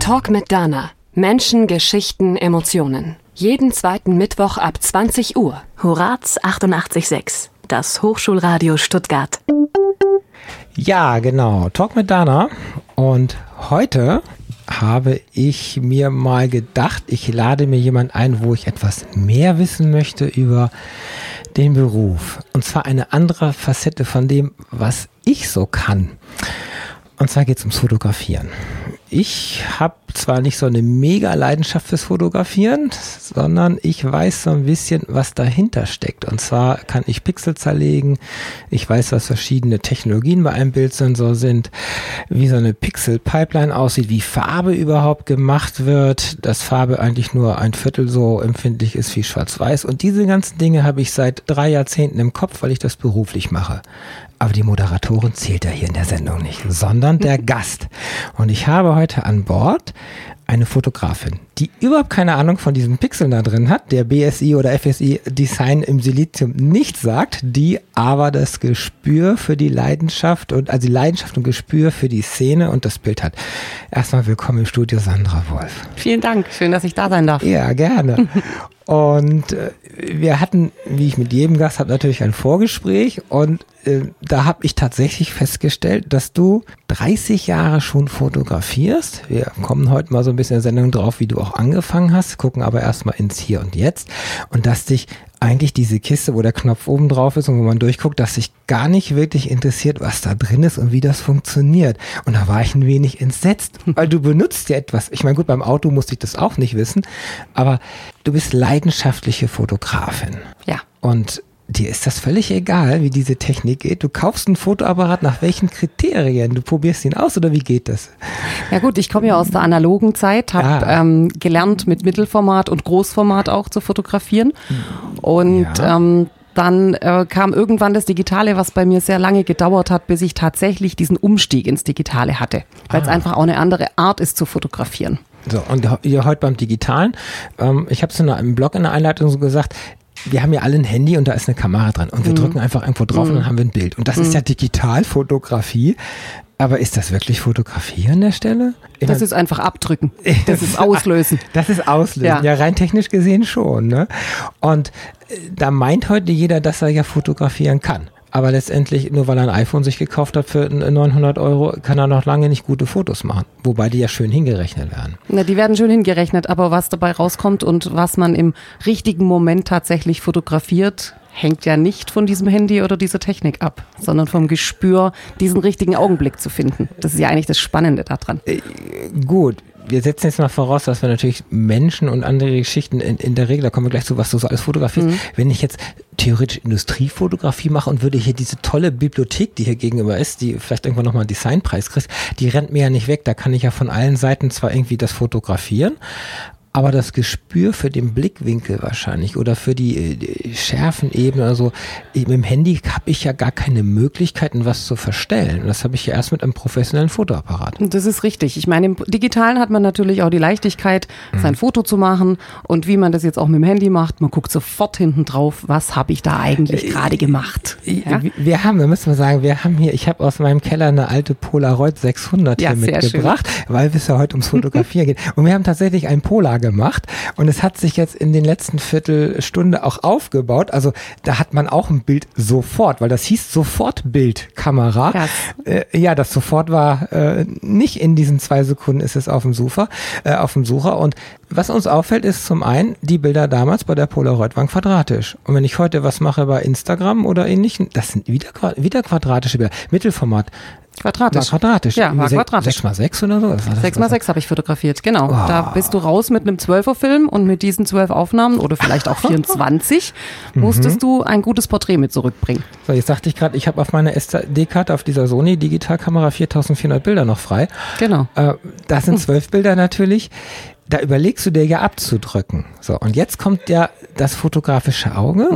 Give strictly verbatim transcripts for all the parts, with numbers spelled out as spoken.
Talk mit Dana. Menschen, Geschichten, Emotionen. Jeden zweiten Mittwoch ab zwanzig Uhr. Horaz achtundachtzig Komma sechs, das Hochschulradio Stuttgart. Ja, genau. Talk mit Dana. Und heute habe ich mir mal gedacht, ich lade mir jemanden ein, wo ich etwas mehr wissen möchte über den Beruf. Und zwar eine andere Facette von dem, was ich so kann. Und zwar geht es ums Fotografieren. Ich habe zwar nicht so eine mega Leidenschaft fürs Fotografieren, sondern ich weiß so ein bisschen, was dahinter steckt. Und zwar kann ich Pixel zerlegen, ich weiß, was verschiedene Technologien bei einem Bildsensor sind, wie so eine Pixel-Pipeline aussieht, wie Farbe überhaupt gemacht wird, dass Farbe eigentlich nur ein Viertel so empfindlich ist wie Schwarz-Weiß. Und diese ganzen Dinge habe ich seit drei Jahrzehnten im Kopf, weil ich das beruflich mache. Aber die Moderatorin zählt ja hier in der Sendung nicht, sondern der Gast. Und ich habe heute an Bord eine Fotografin, die überhaupt keine Ahnung von diesen Pixeln da drin hat, der B S I oder F S I Design im Silizium nicht sagt, die aber das Gespür für die Leidenschaft und also die Leidenschaft und Gespür für die Szene und das Bild hat. Erstmal willkommen im Studio, Sandra Wolf. Vielen Dank, schön, dass ich da sein darf. Ja, gerne. Und äh, wir hatten, wie ich mit jedem Gast habe, natürlich ein Vorgespräch und äh, da habe ich tatsächlich festgestellt, dass du dreißig Jahre schon fotografierst. Wir kommen heute mal so ein bisschen in der Sendung drauf, wie du auch angefangen hast, gucken aber erstmal ins Hier und Jetzt und dass dich eigentlich diese Kiste, wo der Knopf oben drauf ist und wo man durchguckt, dass sich gar nicht wirklich interessiert, was da drin ist und wie das funktioniert. Und da war ich ein wenig entsetzt, weil du benutzt ja etwas. Ich meine, gut, beim Auto musste ich das auch nicht wissen, aber du bist leidenschaftliche Fotografin. Ja. Und dir ist das völlig egal, wie diese Technik geht. Du kaufst einen Fotoapparat nach welchen Kriterien? Du probierst ihn aus oder wie geht das? Ja gut, ich komme ja aus der analogen Zeit, habe Ah. ähm, gelernt mit Mittelformat und Großformat auch zu fotografieren und Ja. ähm, dann äh, kam irgendwann das Digitale, was bei mir sehr lange gedauert hat, bis ich tatsächlich diesen Umstieg ins Digitale hatte, weil es Ah. einfach auch eine andere Art ist zu fotografieren. So, und ihr heute beim Digitalen, ähm, ich habe es in einem Blog in der Einleitung so gesagt, wir haben ja alle ein Handy und da ist eine Kamera dran und wir Mhm. drücken einfach irgendwo drauf Mhm. und dann haben wir ein Bild. Und das Mhm. ist ja Digitalfotografie. Aber ist das wirklich Fotografie an der Stelle? Ich Das mein, ist einfach abdrücken, das ist auslösen. Das ist auslösen, ja. Ja. ja, rein technisch gesehen schon. Ne? Und äh, da meint heute jeder, dass er ja fotografieren kann. Aber letztendlich, nur weil er ein iPhone sich gekauft hat für neunhundert Euro, kann er noch lange nicht gute Fotos machen. Wobei die ja schön hingerechnet werden. Na, die werden schön hingerechnet, aber was dabei rauskommt und was man im richtigen Moment tatsächlich fotografiert, hängt ja nicht von diesem Handy oder dieser Technik ab, sondern vom Gespür, diesen richtigen Augenblick zu finden. Das ist ja eigentlich das Spannende daran. Äh, gut. Wir setzen jetzt mal voraus, dass wir natürlich Menschen und andere Geschichten in, in der Regel, da kommen wir gleich zu, was du so alles fotografierst. Mhm. Wenn ich jetzt theoretisch Industriefotografie mache und würde hier diese tolle Bibliothek, die hier gegenüber ist, die vielleicht irgendwann nochmal einen Designpreis kriegt, die rennt mir ja nicht weg. Da kann ich ja von allen Seiten zwar irgendwie das fotografieren, aber das Gespür für den Blickwinkel wahrscheinlich oder für die, die Schärfenebene oder so, mit dem Handy habe ich ja gar keine Möglichkeiten, was zu verstellen. Das habe ich ja erst mit einem professionellen Fotoapparat. Das ist richtig. Ich meine, im Digitalen hat man natürlich auch die Leichtigkeit, sein Mhm. Foto zu machen und wie man das jetzt auch mit dem Handy macht, man guckt sofort hinten drauf, was habe ich da eigentlich gerade gemacht. Ja? Wir haben, da müssen wir sagen, wir haben hier, ich habe aus meinem Keller eine alte Polaroid sechshundert Ja, hier sehr mitgebracht, weil es ja heute ums Fotografieren geht. Und wir haben tatsächlich ein Polar gemacht und es hat sich jetzt in den letzten Viertelstunde auch aufgebaut. Also da hat man auch ein Bild sofort, weil das hieß Sofortbildkamera. Krass. Äh, ja, das sofort war äh, nicht in diesen zwei Sekunden ist es auf dem Sucher, äh, auf dem Sucher. Und was uns auffällt, ist zum einen, die Bilder damals bei der Polaroid waren quadratisch. Und wenn ich heute was mache bei Instagram oder ähnlichen, das sind wieder, wieder quadratische Bilder. Mittelformat. Quadratisch. War quadratisch. Ja, war Se- quadratisch. sechs mal sechs oder so? Was war das? sechs mal sechs habe ich fotografiert, genau. Oh. Da bist du raus mit einem zwölfer-Film und mit diesen zwölf Aufnahmen oder vielleicht auch vierundzwanzig musstest du ein gutes Porträt mit zurückbringen. So, jetzt sagte ich gerade, ich habe auf meiner S D-Karte auf dieser Sony Digitalkamera viertausendvierhundert Bilder noch frei. Genau. Äh, das sind zwölf Bilder natürlich. Da überlegst du dir ja abzudrücken. So, und jetzt kommt ja das fotografische Auge, Mhm. oder?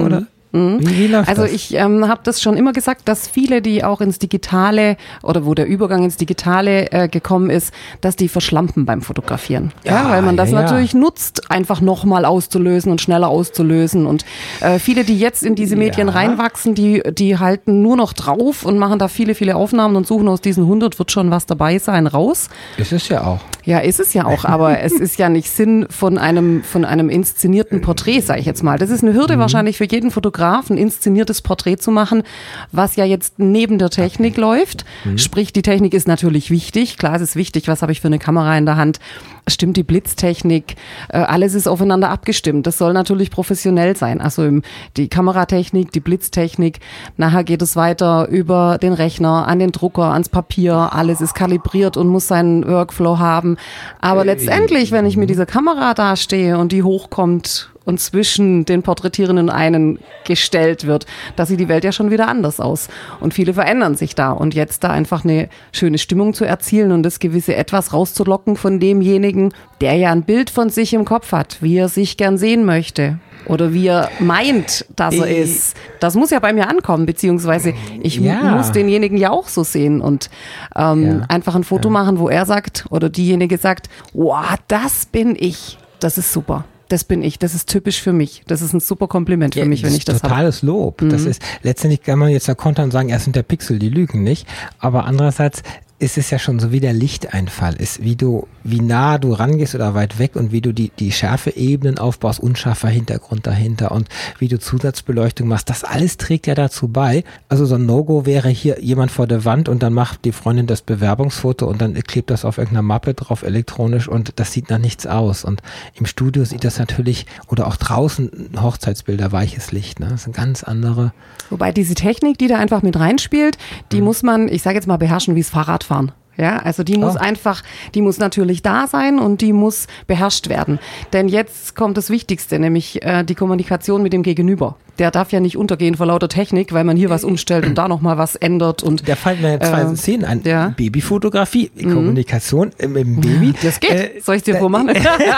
Mhm. Wie, wie läuft also das? ich ähm, habe das schon immer gesagt, dass viele, die auch ins Digitale oder wo der Übergang ins Digitale äh, gekommen ist, dass die verschlampen beim Fotografieren. Ja, Ja, weil man das ja, ja. natürlich nutzt, einfach nochmal auszulösen und schneller auszulösen. Und äh, viele, die jetzt in diese Medien Ja. reinwachsen, die, die halten nur noch drauf und machen da viele, viele Aufnahmen und suchen aus diesen hundert, wird schon was dabei sein, raus. Ist es ja auch. Ja, ist es ja auch, aber es ist ja nicht Sinn von einem, von einem inszenierten Porträt, sage ich jetzt mal. Das ist eine Hürde wahrscheinlich für jeden Fotografen, ein inszeniertes Porträt zu machen, was ja jetzt neben der Technik läuft. Sprich, die Technik ist natürlich wichtig. Klar, es ist wichtig, was habe ich für eine Kamera in der Hand. Stimmt die Blitztechnik? Äh, alles ist aufeinander abgestimmt. Das soll natürlich professionell sein. Also im, die Kameratechnik, die Blitztechnik. Nachher geht es weiter über den Rechner, an den Drucker, ans Papier. Alles ist kalibriert und muss seinen Workflow haben. Aber letztendlich, wenn ich mit dieser Kamera dastehe und die hochkommt und zwischen den Porträtierenden einen gestellt wird, da sieht die Welt ja schon wieder anders aus. Und viele verändern sich da. Und jetzt da einfach eine schöne Stimmung zu erzielen und das gewisse Etwas rauszulocken von demjenigen, der ja ein Bild von sich im Kopf hat, wie er sich gern sehen möchte. Oder wie er meint, dass er Äh. ist. Das muss ja bei mir ankommen, beziehungsweise ich Ja. muss denjenigen ja auch so sehen und ähm, Ja. einfach ein Foto machen, wo er sagt oder diejenige sagt, wow, das bin ich. Das ist super. Das bin ich. Das ist typisch für mich. Das ist ein super Kompliment für Ja, mich, wenn das ich das ist habe. totales Lob. Das ist, letztendlich kann man jetzt da kontern und sagen, erst sind der Pixel, die lügen nicht. Aber andererseits ist es ja schon so, wie der Lichteinfall ist, wie du, wie nah du rangehst oder weit weg und wie du die, die Schärfe-Ebenen aufbaust, unscharfer Hintergrund dahinter und wie du Zusatzbeleuchtung machst. Das alles trägt ja dazu bei. Also so ein No-Go wäre hier jemand vor der Wand und dann macht die Freundin das Bewerbungsfoto und dann klebt das auf irgendeiner Mappe drauf elektronisch und das sieht nach nichts aus. Und im Studio sieht das natürlich, oder auch draußen Hochzeitsbilder, weiches Licht, ne? Das sind ganz andere. Wobei diese Technik, die da einfach mit reinspielt, die muss man, ich sage jetzt mal, beherrschen wie das Fahrradfahren. Ja, also die muss Oh. einfach, die muss natürlich da sein und die muss beherrscht werden. Denn jetzt kommt das Wichtigste, nämlich äh, die Kommunikation mit dem Gegenüber. Der darf ja nicht untergehen vor lauter Technik, weil man hier was umstellt und da nochmal was ändert. Und Da fallen mir zwei äh, Szenen ein. ja. Babyfotografie, Kommunikation äh, mit dem Baby. das geht. Äh, Soll ich dir da- vormachen?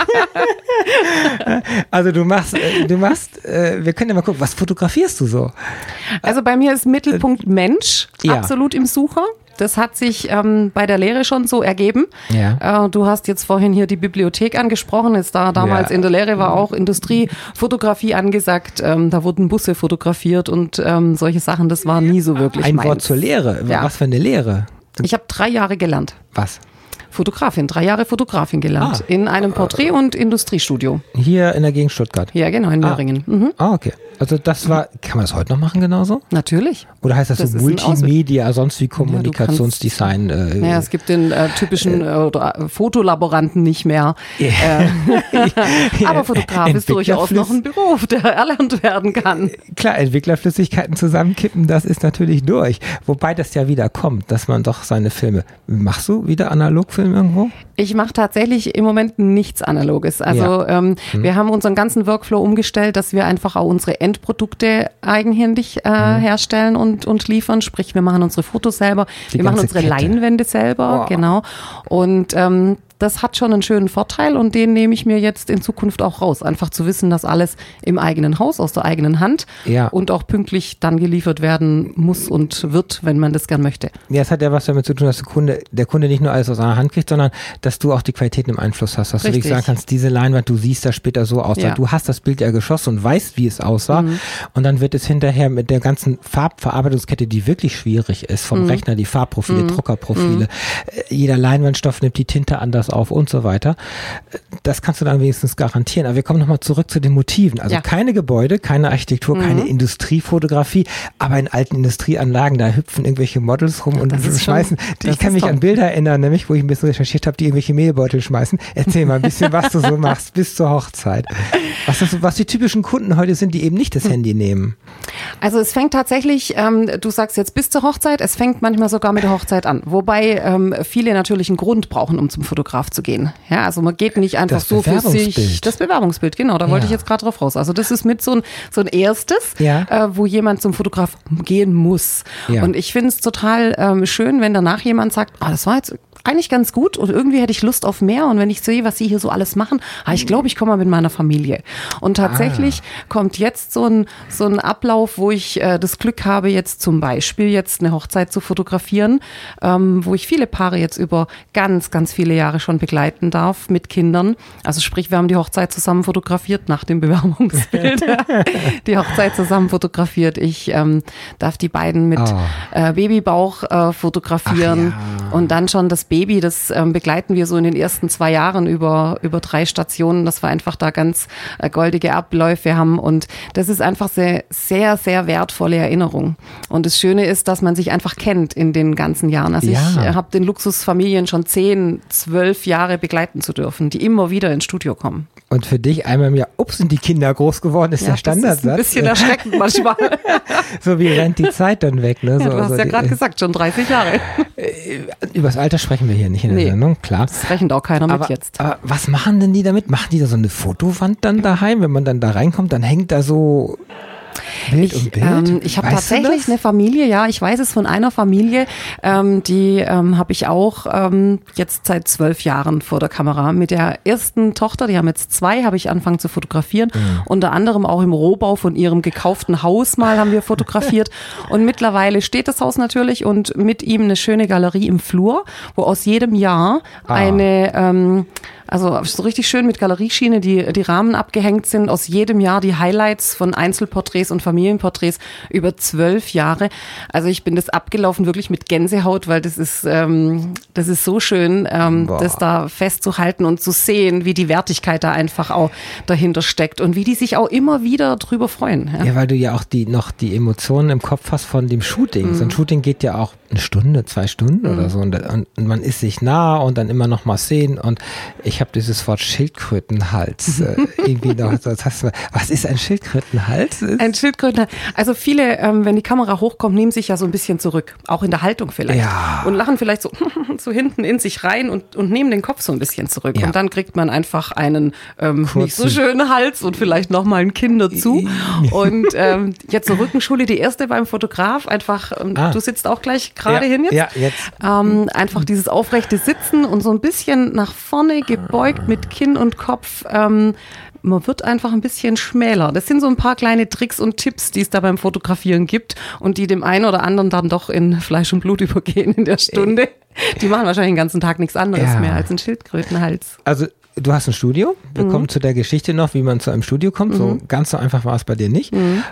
Also du machst, äh, du machst, äh, wir können ja mal gucken, was fotografierst du so? Also bei mir ist Mittelpunkt Mensch Ja. absolut im Sucher. Das hat sich ähm, bei der Lehre schon so ergeben. Ja. Äh, du hast jetzt vorhin hier die Bibliothek angesprochen. Ist da damals Ja. in der Lehre war auch Industriefotografie angesagt. Ähm, da wurden Busse fotografiert und ähm, solche Sachen. Das war nie so wirklich Ein meins. Wort zur Lehre. Ja. Was für eine Lehre? Ich habe drei Jahre gelernt. Was? Fotografin, drei Jahre Fotografin gelernt. Ah. In einem Porträt- und Industriestudio. Hier in der Gegend Stuttgart. Ja, genau, in Möhringen. Mhm. Ah, okay. Also das war, kann man das heute noch machen genauso? Natürlich. Oder heißt das, Das so ist ein Multimedia, sonst wie Kommunikationsdesign? äh, Naja, es gibt den äh, typischen äh, oder, äh, Fotolaboranten nicht mehr. Äh, aber Fotograf ist durchaus noch ein Beruf, der erlernt werden kann. Klar, Entwicklerflüssigkeiten zusammenkippen, das ist natürlich durch. Wobei das ja wieder kommt, dass man doch seine Filme, machst du wieder Analogfilm irgendwo? Ich mache tatsächlich im Moment nichts Analoges. Also Ja. ähm, wir haben unseren ganzen Workflow umgestellt, dass wir einfach auch unsere Endprodukte eigenhändig äh, herstellen und, und liefern. Sprich, wir machen unsere Fotos selber, Die wir machen ganze unsere Kette. Leinwände selber, Wow. genau. Und ähm, das hat schon einen schönen Vorteil und den nehme ich mir jetzt in Zukunft auch raus. Einfach zu wissen, dass alles im eigenen Haus, aus der eigenen Hand Ja. und auch pünktlich dann geliefert werden muss und wird, wenn man das gern möchte. Ja, es hat ja was damit zu tun, dass der Kunde, der Kunde nicht nur alles aus einer Hand kriegt, sondern dass du auch die Qualitäten im Einfluss hast. Dass du Richtig. wirklich sagen kannst, diese Leinwand, du siehst das später so aus. Ja. Du hast das Bild ja geschossen und weißt, wie es aussah. Und dann wird es hinterher mit der ganzen Farbverarbeitungskette, die wirklich schwierig ist, vom Rechner, die Farbprofile, Druckerprofile, äh, jeder Leinwandstoff nimmt die Tinte anders auf und so weiter. Äh, Das kannst du dann wenigstens garantieren. Aber wir kommen nochmal zurück zu den Motiven. Also Ja. keine Gebäude, keine Architektur, keine Industriefotografie, aber in alten Industrieanlagen, da hüpfen irgendwelche Models rum und das ist schon- schmeißen. das ich kann ist mich toll. an Bilder erinnern, nämlich, wo ich ein bisschen recherchiert habe, die irgendwelche Mehlbeutel schmeißen. Erzähl mal ein bisschen, was du so machst bis zur Hochzeit. Was, das, was die typischen Kunden heute sind, die eben nicht das Handy nehmen. Also es fängt tatsächlich, ähm, du sagst jetzt bis zur Hochzeit, es fängt manchmal sogar mit der Hochzeit an. Wobei ähm, viele natürlich einen Grund brauchen, um zum Fotograf zu gehen. Ja, also man geht nicht einfach Das so für sich. Bewerbungsbild. Das Bewerbungsbild, genau, da wollte Ja. ich jetzt gerade drauf raus. Also das ist mit so ein, so ein erstes, Ja. äh, wo jemand zum Fotograf gehen muss. Ja. Und ich finde es total ähm, schön, wenn danach jemand sagt, ah, das war jetzt eigentlich ganz gut und irgendwie hätte ich Lust auf mehr. Und wenn ich sehe, was sie hier so alles machen, ah, ich glaube, ich komme mal mit meiner Familie. Und tatsächlich ah. kommt jetzt so ein, so ein Ablauf, wo ich äh, das Glück habe, jetzt zum Beispiel jetzt eine Hochzeit zu fotografieren, ähm, wo ich viele Paare jetzt über ganz, ganz viele Jahre schon begleiten darf mit Kindern. Also sprich, wir haben die Hochzeit zusammen fotografiert nach dem Bewerbungsbild. Die Hochzeit zusammen fotografiert. Ich ähm, darf die beiden mit oh. äh, Babybauch äh, fotografieren. Ja. Und dann schon das Baby, das ähm, begleiten wir so in den ersten zwei Jahren über, über drei Stationen, dass wir einfach da ganz äh, goldige Abläufe haben. Und das ist einfach sehr, sehr, sehr wertvolle Erinnerung. Und das Schöne ist, dass man sich einfach kennt in den ganzen Jahren. Also ja. ich äh, habe den Luxus, Familien schon zehn, zwölf Jahre begleiten zu dürfen, die immer wieder ins Studio kommen. Und für dich einmal im Jahr, ups, sind die Kinder groß geworden, ist ja, der Standardsatz. Das ist ein bisschen erschreckend manchmal. So wie rennt die Zeit dann weg. Ne? Ja, so, du hast so ja die, gerade gesagt, schon dreißig Jahre. Über das Alter sprechen wir hier nicht in der nee, Sendung, klar. Das rechnet auch keiner aber, mit jetzt. Aber was machen denn die damit? Machen die da so eine Fotowand dann daheim? Wenn man dann da reinkommt, dann hängt da so... Bild ich und Bild? Ähm, ich habe tatsächlich eine Familie, ja, ich weiß es von einer Familie, ähm, die ähm, habe ich auch ähm, jetzt seit zwölf Jahren vor der Kamera. Mit der ersten Tochter, die haben jetzt zwei, habe ich angefangen zu fotografieren. Mhm. Unter anderem auch im Rohbau von ihrem gekauften Haus mal haben wir fotografiert. Und mittlerweile steht das Haus natürlich und mit ihm eine schöne Galerie im Flur, wo aus jedem Jahr ah. eine... Ähm, Also so richtig schön mit Galerieschiene, die, die Rahmen abgehängt sind, aus jedem Jahr die Highlights von Einzelporträts und Familienporträts über zwölf Jahre. Also ich bin das abgelaufen wirklich mit Gänsehaut, weil das ist, ähm, das ist so schön, ähm, das da festzuhalten und zu sehen, wie die Wertigkeit da einfach auch dahinter steckt und wie die sich auch immer wieder drüber freuen. Ja, ja weil du ja auch die noch die Emotionen im Kopf hast von dem Shooting. Mhm. So ein Shooting geht ja auch eine Stunde, zwei Stunden mhm. oder so und, und man ist sich nah und dann immer noch mal sehen und ich habe dieses Wort Schildkrötenhals äh, irgendwie noch. Das hast du, was ist ein Schildkrötenhals? Ein Schildkrötenhals. Also viele, ähm, wenn die Kamera hochkommt, nehmen sich ja so ein bisschen zurück, auch in der Haltung vielleicht ja. und lachen vielleicht so, so hinten in sich rein und, und nehmen den Kopf so ein bisschen zurück ja. und dann kriegt man einfach einen ähm, nicht so schönen Hals und vielleicht noch mal ein Kinn dazu und ähm, jetzt so Rückenschule, die erste beim Fotograf, einfach, ähm, ah. du sitzt auch gleich gerade ja. hin jetzt, ja, jetzt. Ähm, einfach dieses aufrechte Sitzen und so ein bisschen nach vorne gebeugt mit Kinn und Kopf. Ähm, man wird einfach ein bisschen schmäler. Das sind so ein paar kleine Tricks und Tipps, die es da beim Fotografieren gibt und die dem einen oder anderen dann doch in Fleisch und Blut übergehen in der Stunde. Die machen wahrscheinlich den ganzen Tag nichts anderes ja. mehr als einen Schildkrötenhals. Also du hast ein Studio. Wir mhm. kommen zu der Geschichte noch, wie man zu einem Studio kommt. Mhm. So ganz so einfach war es bei dir nicht.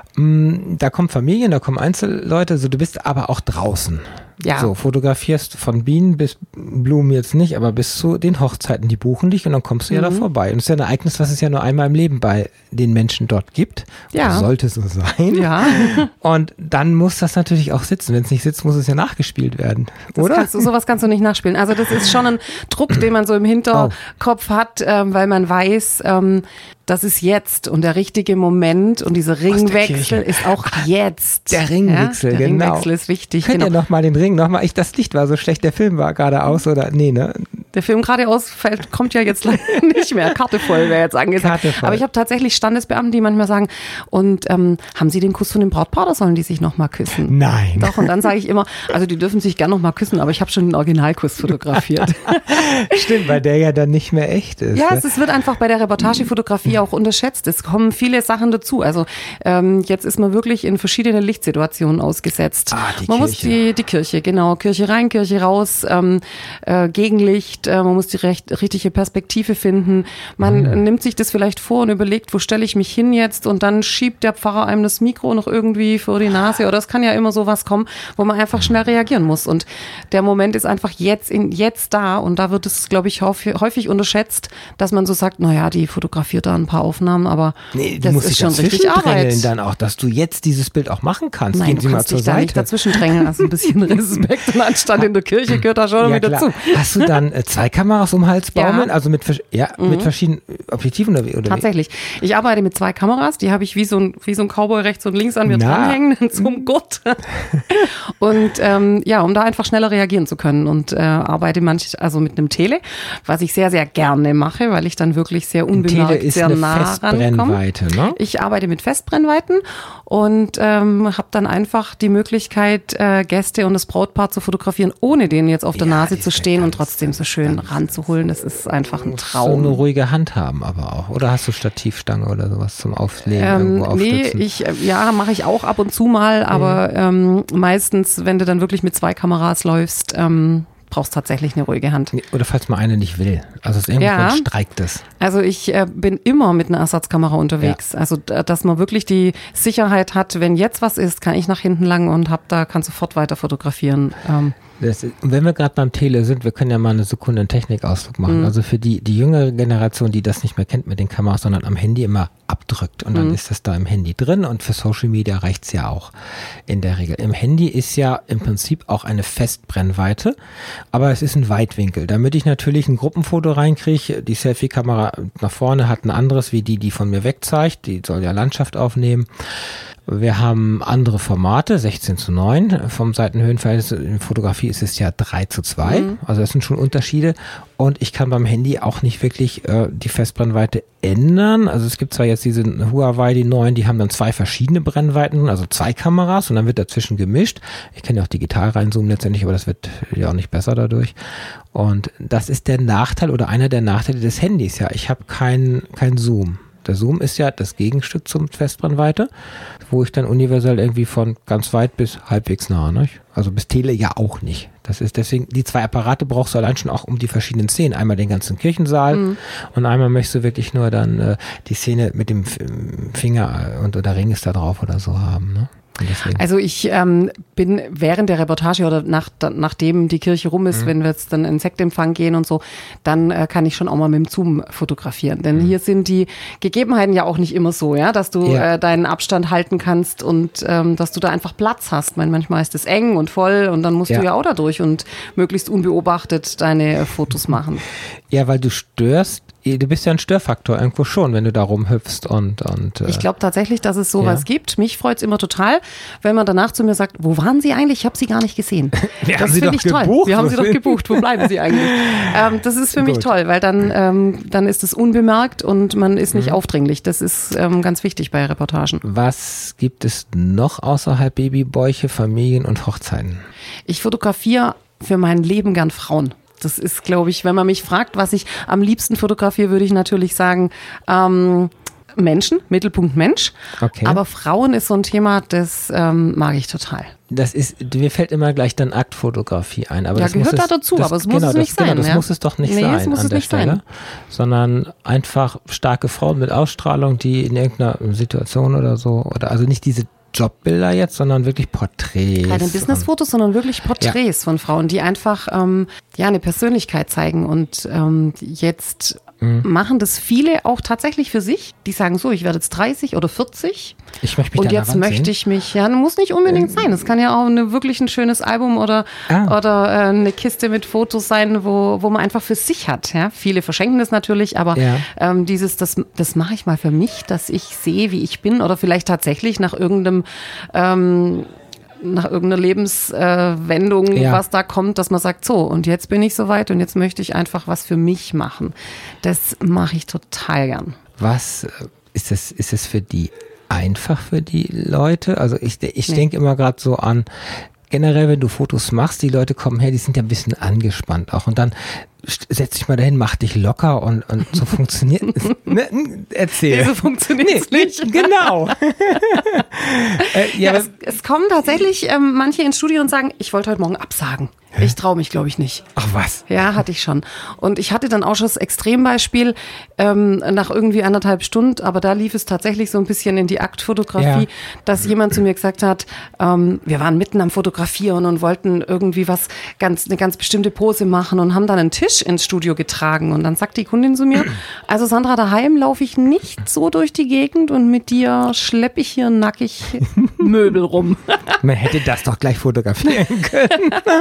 Mhm. Da kommen Familien, da kommen Einzelleute. So, du bist aber auch draußen. Ja. So, fotografierst von Bienen bis Blumen jetzt nicht, aber bis zu den Hochzeiten, die buchen dich und dann kommst du mhm. ja da vorbei. Und es ist ja ein Ereignis, was es ja nur einmal im Leben bei den Menschen dort gibt. Ja. Das sollte so sein. Ja. Und dann muss das natürlich auch sitzen. Wenn es nicht sitzt, muss es ja nachgespielt werden. Das oder? Kannst du, sowas kannst du nicht nachspielen. Also das ist schon ein Druck, den man so im Hinterkopf oh. hat, ähm, weil man weiß, ähm, das ist jetzt und der richtige Moment und dieser Ringwechsel ist auch jetzt. Der Ringwechsel, ja, der genau. Der Ringwechsel ist wichtig. Könnt genau. ihr nochmal den Ring, nochmal, ich, das Licht war so schlecht, der Film war geradeaus oder, nee, ne? Der Film geradeaus fällt, kommt ja jetzt leider nicht mehr. Karte voll wäre jetzt angesagt. Karte voll. Aber ich habe tatsächlich Standesbeamten, die manchmal sagen, und ähm, haben Sie den Kuss von dem Brautpaar oder sollen die sich nochmal küssen? Nein. Doch, und dann sage ich immer, also die dürfen sich gern nochmal küssen, aber ich habe schon den Originalkuss fotografiert. Stimmt, weil der ja dann nicht mehr echt ist. Ja, ne? es, es wird einfach bei der Reportagefotografie auch unterschätzt. Es kommen viele Sachen dazu. Also ähm, jetzt ist man wirklich in verschiedene Lichtsituationen ausgesetzt. Ah, die man Kirche. muss die, die Kirche, genau, Kirche rein, Kirche raus, ähm, äh, Gegenlicht, äh, man muss die recht, richtige Perspektive finden. Man mhm. nimmt sich das vielleicht vor und überlegt, wo stelle ich mich hin jetzt und dann schiebt der Pfarrer einem das Mikro noch irgendwie vor die Nase oder es kann ja immer sowas kommen, wo man einfach schnell reagieren muss und der Moment ist einfach jetzt in jetzt da und da wird es, glaube ich, häufig unterschätzt, dass man so sagt, naja, die fotografiert da ein paar Aufnahmen, aber nee, das ist schon richtig Arbeit. Dann auch, dass du jetzt dieses Bild auch machen kannst. Nein, Gehen du Sie mal kannst zur dich da Seite. nicht dazwischen drängen, hast ein bisschen Respekt und Anstand in der Kirche gehört da schon ja, wieder klar. zu. Hast du dann äh, zwei Kameras um den Hals baumeln? Ja. Also mit, ja, mhm. mit verschiedenen Objektiven oder wie? Oder Tatsächlich. Ich arbeite mit zwei Kameras, die habe ich wie so ein, wie so ein Cowboy rechts und links an mir Na. dranhängen, zum Gurt. Und ähm, ja, um da einfach schneller reagieren zu können und äh, arbeite manchmal also mit einem Tele, was ich sehr, sehr gerne mache, weil ich dann wirklich sehr unbemerkt, Tele ist sehr eine nah rankommen. Festbrennweite, ne? Ich arbeite mit Festbrennweiten und ähm, habe dann einfach die Möglichkeit, äh, Gäste und das Brautpaar zu fotografieren, ohne denen jetzt auf der Ja, Nase die zu ist stehen und ganz, trotzdem so schön ganz- ranzuholen. Das ist einfach ein So Traum. eine ruhige Hand haben aber auch. Oder hast du Stativstange oder sowas zum Auflegen Ähm, irgendwo nee, aufstützen? ich, äh, ja, mache ich auch ab und zu mal, aber ähm, meistens, wenn du dann wirklich mit zwei Kameras läufst, ähm, brauchst tatsächlich eine ruhige Hand. Nee, oder falls mal eine nicht will. Also aus irgendeinem Ja. Grund streikt es. Also ich äh, bin immer mit einer Ersatzkamera unterwegs. Also d- dass man wirklich die Sicherheit hat, wenn jetzt was ist, kann ich nach hinten lang und hab da kann sofort weiter fotografieren. Ähm, Das ist, und wenn wir gerade beim Tele sind, wir können ja mal eine Sekunde einen Technikausflug machen. Mhm. Also für die, die jüngere Generation, die das nicht mehr kennt mit den Kameras, sondern am Handy immer abdrückt und dann Mhm. ist das da im Handy drin und für Social Media reicht's ja auch in der Regel. Im Handy ist ja im Prinzip auch eine Festbrennweite, aber es ist ein Weitwinkel. Damit ich natürlich ein Gruppenfoto reinkriege, die Selfie-Kamera nach vorne hat ein anderes wie die, die von mir wegzeigt, die soll ja Landschaft aufnehmen. Wir haben andere Formate, sechzehn zu neun vom Seitenhöhenverhältnis. In Fotografie ist es ja drei zu zwei. Mhm. Also das sind schon Unterschiede. Und ich kann beim Handy auch nicht wirklich äh, die Festbrennweite ändern. Also es gibt zwar jetzt diese Huawei, die neuen, die haben dann zwei verschiedene Brennweiten, also zwei Kameras und dann wird dazwischen gemischt. Ich kann ja auch digital reinzoomen letztendlich, aber das wird ja auch nicht besser dadurch. Und das ist der Nachteil oder einer der Nachteile des Handys. Ja, ich habe kein, kein Zoom. Der Zoom ist ja das Gegenstück zum Festbrennweite, wo ich dann universell irgendwie von ganz weit bis halbwegs nah, ne? Also bis Tele ja auch nicht. Das ist deswegen, die zwei Apparate brauchst du allein schon auch um die verschiedenen Szenen. Einmal den ganzen Kirchensaal Mhm. und einmal möchtest du wirklich nur dann äh, die Szene mit dem F- Finger und der Ring ist da drauf oder so haben, ne? Und deswegen. Also ich ähm, bin während der Reportage oder nach, da, nachdem die Kirche rum ist, Mhm. wenn wir jetzt dann in Sektempfang gehen und so, dann äh, kann ich schon auch mal mit dem Zoom fotografieren. Denn Mhm. hier sind die Gegebenheiten ja auch nicht immer so, ja, dass du Ja. äh, deinen Abstand halten kannst und ähm, dass du da einfach Platz hast. Ich meine, manchmal ist es eng und voll und dann musst Ja. du ja auch da durch und möglichst unbeobachtet deine äh, Fotos machen. Ja, weil du störst, du bist ja ein Störfaktor irgendwo schon, wenn du da rumhüpfst und, und äh, Ich glaube tatsächlich, dass es sowas Ja. gibt. Mich freut es immer total, wenn man danach zu mir sagt, wo waren Sie eigentlich? Ich habe Sie gar nicht gesehen. Wir das haben Sie finde doch ich toll. gebucht. Wir haben Sie Wo doch sind- gebucht. Wo bleiben Sie eigentlich? ähm, das ist für mich Gut. toll, weil dann, ähm, dann ist es unbemerkt und man ist nicht Mhm. aufdringlich. Das ist ähm, ganz wichtig bei Reportagen. was gibt es noch außerhalb Babybäuche, Familien und Hochzeiten? Ich fotografiere für mein Leben gern Frauen. Das ist, glaube ich, wenn man mich fragt, was ich am liebsten fotografiere, würde ich natürlich sagen, ähm, Menschen, Mittelpunkt Mensch. Okay. Aber Frauen ist so ein Thema, das ähm, mag ich total. Das ist, mir fällt immer gleich dann Aktfotografie ein. Aber Ja, das gehört muss da es, dazu, das, aber es muss genau, es das, nicht genau, sein, Das ja? muss es doch nicht Nee, sein es muss an es der nicht Stelle. sein. Sondern einfach starke Frauen mit Ausstrahlung, die in irgendeiner Situation oder so, oder also nicht diese Jobbilder jetzt, sondern wirklich Porträts. Keine Businessfotos, sondern wirklich Porträts von Frauen, die einfach ähm, ja eine Persönlichkeit zeigen. Und ähm, jetzt Mhm. machen das viele auch tatsächlich für sich. Die sagen so, ich werde jetzt dreißig oder vierzig Ich möchte mich und da an der jetzt Wand möchte sehen. ich mich, ja, muss nicht unbedingt sein. Es kann ja auch eine, wirklich ein schönes Album oder, Ah. oder äh, eine Kiste mit Fotos sein, wo, wo man einfach für sich hat. Ja? Viele verschenken das natürlich, aber Ja. ähm, dieses, das, das mache ich mal für mich, dass ich sehe, wie ich bin oder vielleicht tatsächlich nach irgendeinem ähm, nach irgendeiner Lebenswendung, äh, Ja. was da kommt, dass man sagt, so, und jetzt bin ich soweit und jetzt möchte ich einfach was für mich machen. Das mache ich total gern. Was äh, ist es, ist es für die einfach für die Leute? Also ich, ich Nee. denke immer gerade so an, generell, wenn du Fotos machst, die Leute kommen her, die sind ja ein bisschen angespannt auch und dann st- setz dich mal dahin, mach dich locker und, und so funktioniert es. Ne? Erzähl. Nee, so funktioniert's nicht. Genau. äh, Ja, ja, es, es kommen tatsächlich ähm, manche ins Studio und sagen, ich wollte heute Morgen absagen. Ich traue mich, glaube ich, nicht. ach was. Ja, hatte ich schon. Und ich hatte dann auch schon das Extrembeispiel ähm, nach irgendwie anderthalb Stunden, aber da lief es tatsächlich so ein bisschen in die Aktfotografie, Ja. dass jemand zu mir gesagt hat, ähm, wir waren mitten am Fotografieren und wollten irgendwie was, ganz eine ganz bestimmte Pose machen und haben dann einen Tisch ins Studio getragen. Und dann sagt die Kundin zu mir, also Sandra, daheim laufe ich nicht so durch die Gegend und mit dir schleppe ich hier nackig Möbel rum. Man hätte das doch gleich fotografieren können.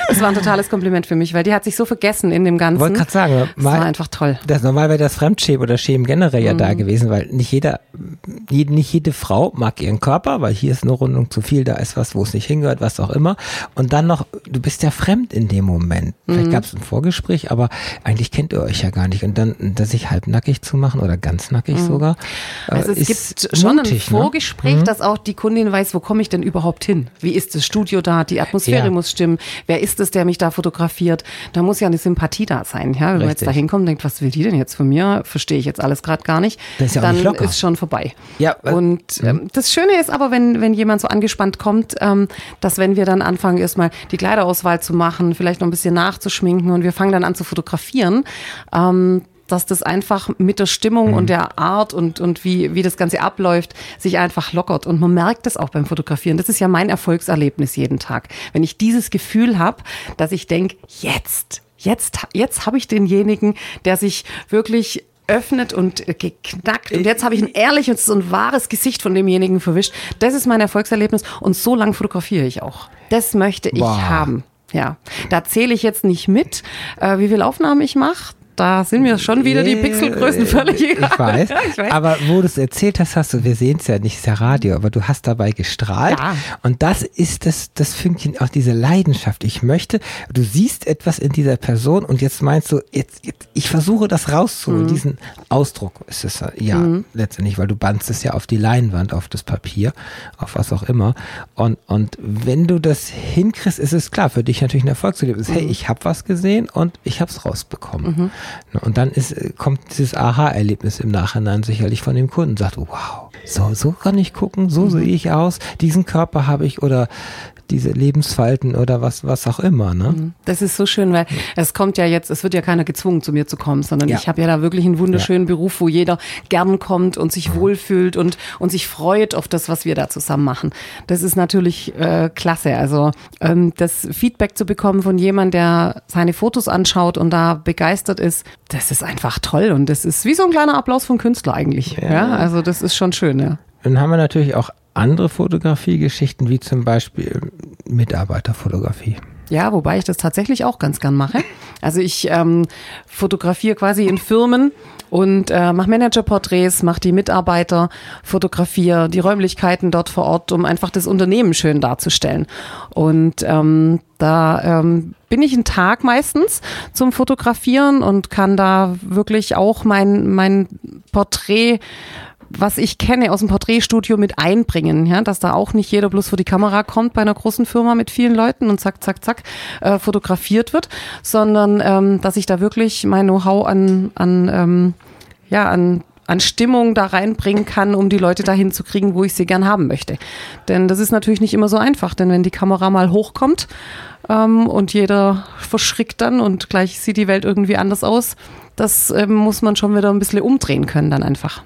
Das war ein totales Kompliment für mich, weil die hat sich so vergessen in dem Ganzen. Ich wollte gerade sagen, das war einfach toll. Das normal wäre das Fremdschämen oder Schämen generell ja mhm. da gewesen, weil nicht jeder, nicht jede Frau mag ihren Körper, weil hier ist eine Rundung zu viel, da ist was, wo es nicht hingehört, was auch immer. Und dann noch, du bist ja fremd in dem Moment. Vielleicht mhm. gab es ein Vorgespräch, aber eigentlich kennt ihr euch ja gar nicht. Und dann, das sich halbnackig zu machen oder ganz nackig mhm. sogar. Also es gibt schon mutig, ein Vorgespräch, ne? Dass auch die Kundin weiß, wo komme ich denn überhaupt hin? Wie ist das Studio da? Die Atmosphäre ja. muss stimmen. Wer ist es, der mich da fotografiert? Da muss ja eine Sympathie da sein. Ja? Wenn Richtig. man jetzt da hinkommt und denkt, was will die denn jetzt von mir? Verstehe ich jetzt alles gerade gar nicht. Das ist ja auch dann nicht locker. Ist schon vorbei. Ja, äh, und ähm, das Schöne ist aber, wenn, wenn jemand so angespannt kommt, ähm, dass wenn wir dann anfangen, erstmal die Kleiderauswahl zu machen, vielleicht noch ein bisschen nachzuschminken und wir fangen dann an zu fotografieren, ähm, dass das einfach mit der Stimmung mhm. und der Art und, und wie, wie das Ganze abläuft, sich einfach lockert. Und man merkt das auch beim Fotografieren. Das ist ja mein Erfolgserlebnis jeden Tag. Wenn ich dieses Gefühl habe, dass ich denke, jetzt, jetzt, jetzt habe ich denjenigen, der sich wirklich öffnet und geknackt und jetzt habe ich ein ehrliches und wahres Gesicht von demjenigen verwischt. Das ist mein Erfolgserlebnis und so lang fotografiere ich auch. Das möchte ich wow. haben. Ja, da zähle ich jetzt nicht mit, äh, wie viele Aufnahmen ich mache. Da sind mir schon wieder die Pixelgrößen völlig egal. Ich weiß, ich weiß. Aber wo du es erzählt hast, hast du, wir sehen es ja nicht, es ist ja Radio, aber du hast dabei gestrahlt. Ja. Und das ist das, das Fünkchen, auch diese Leidenschaft. Ich möchte, du siehst etwas in dieser Person und jetzt meinst du, jetzt, jetzt ich versuche das rauszuholen, mhm. diesen Ausdruck ist es ja mhm. letztendlich, weil du bandst es ja auf die Leinwand, auf das Papier, auf was auch immer. Und, und wenn du das hinkriegst, ist es klar, für dich natürlich ein Erfolgserlebnis. Mhm. Hey, ich habe was gesehen und ich habe es rausbekommen. Mhm. Und dann ist, kommt dieses Aha-Erlebnis im Nachhinein sicherlich von dem Kunden. Sagt, wow, so, so kann ich gucken, so mhm. sehe ich aus, diesen Körper habe ich oder diese Lebensfalten oder was, was auch immer, ne? Das ist so schön, weil es kommt ja jetzt, es wird ja keiner gezwungen, zu mir zu kommen, sondern ja. ich habe ja da wirklich einen wunderschönen ja. Beruf, wo jeder gern kommt und sich wohlfühlt und, und sich freut auf das, was wir da zusammen machen. Das ist natürlich äh, klasse. Also ähm, das Feedback zu bekommen von jemandem, der seine Fotos anschaut und da begeistert ist, das ist einfach toll und das ist wie so ein kleiner Applaus vom Künstler eigentlich. Ja, ja? Also das ist schon schön, ja. Dann haben wir natürlich auch andere Fotografiegeschichten, wie zum Beispiel Mitarbeiterfotografie. Ja, wobei ich das tatsächlich auch ganz gern mache. Also ich ähm, fotografiere quasi in Firmen und äh, mache Managerporträts, mache die Mitarbeiter, fotografiere die Räumlichkeiten dort vor Ort, um einfach das Unternehmen schön darzustellen. Und ähm, da ähm, bin ich einen Tag meistens zum Fotografieren und kann da wirklich auch mein, mein Porträt, was ich kenne aus dem Porträtstudio, mit einbringen, ja, dass da auch nicht jeder bloß vor die Kamera kommt bei einer großen Firma mit vielen Leuten und zack, zack, zack äh, fotografiert wird, sondern ähm, dass ich da wirklich mein Know-how an, an, ähm, ja, an an Stimmung da reinbringen kann, um die Leute dahin zu kriegen, wo ich sie gern haben möchte. Denn das ist natürlich nicht immer so einfach, denn wenn die Kamera mal hochkommt ähm, und jeder verschrickt dann und gleich sieht die Welt irgendwie anders aus, das ähm, muss man schon wieder ein bisschen umdrehen können dann einfach.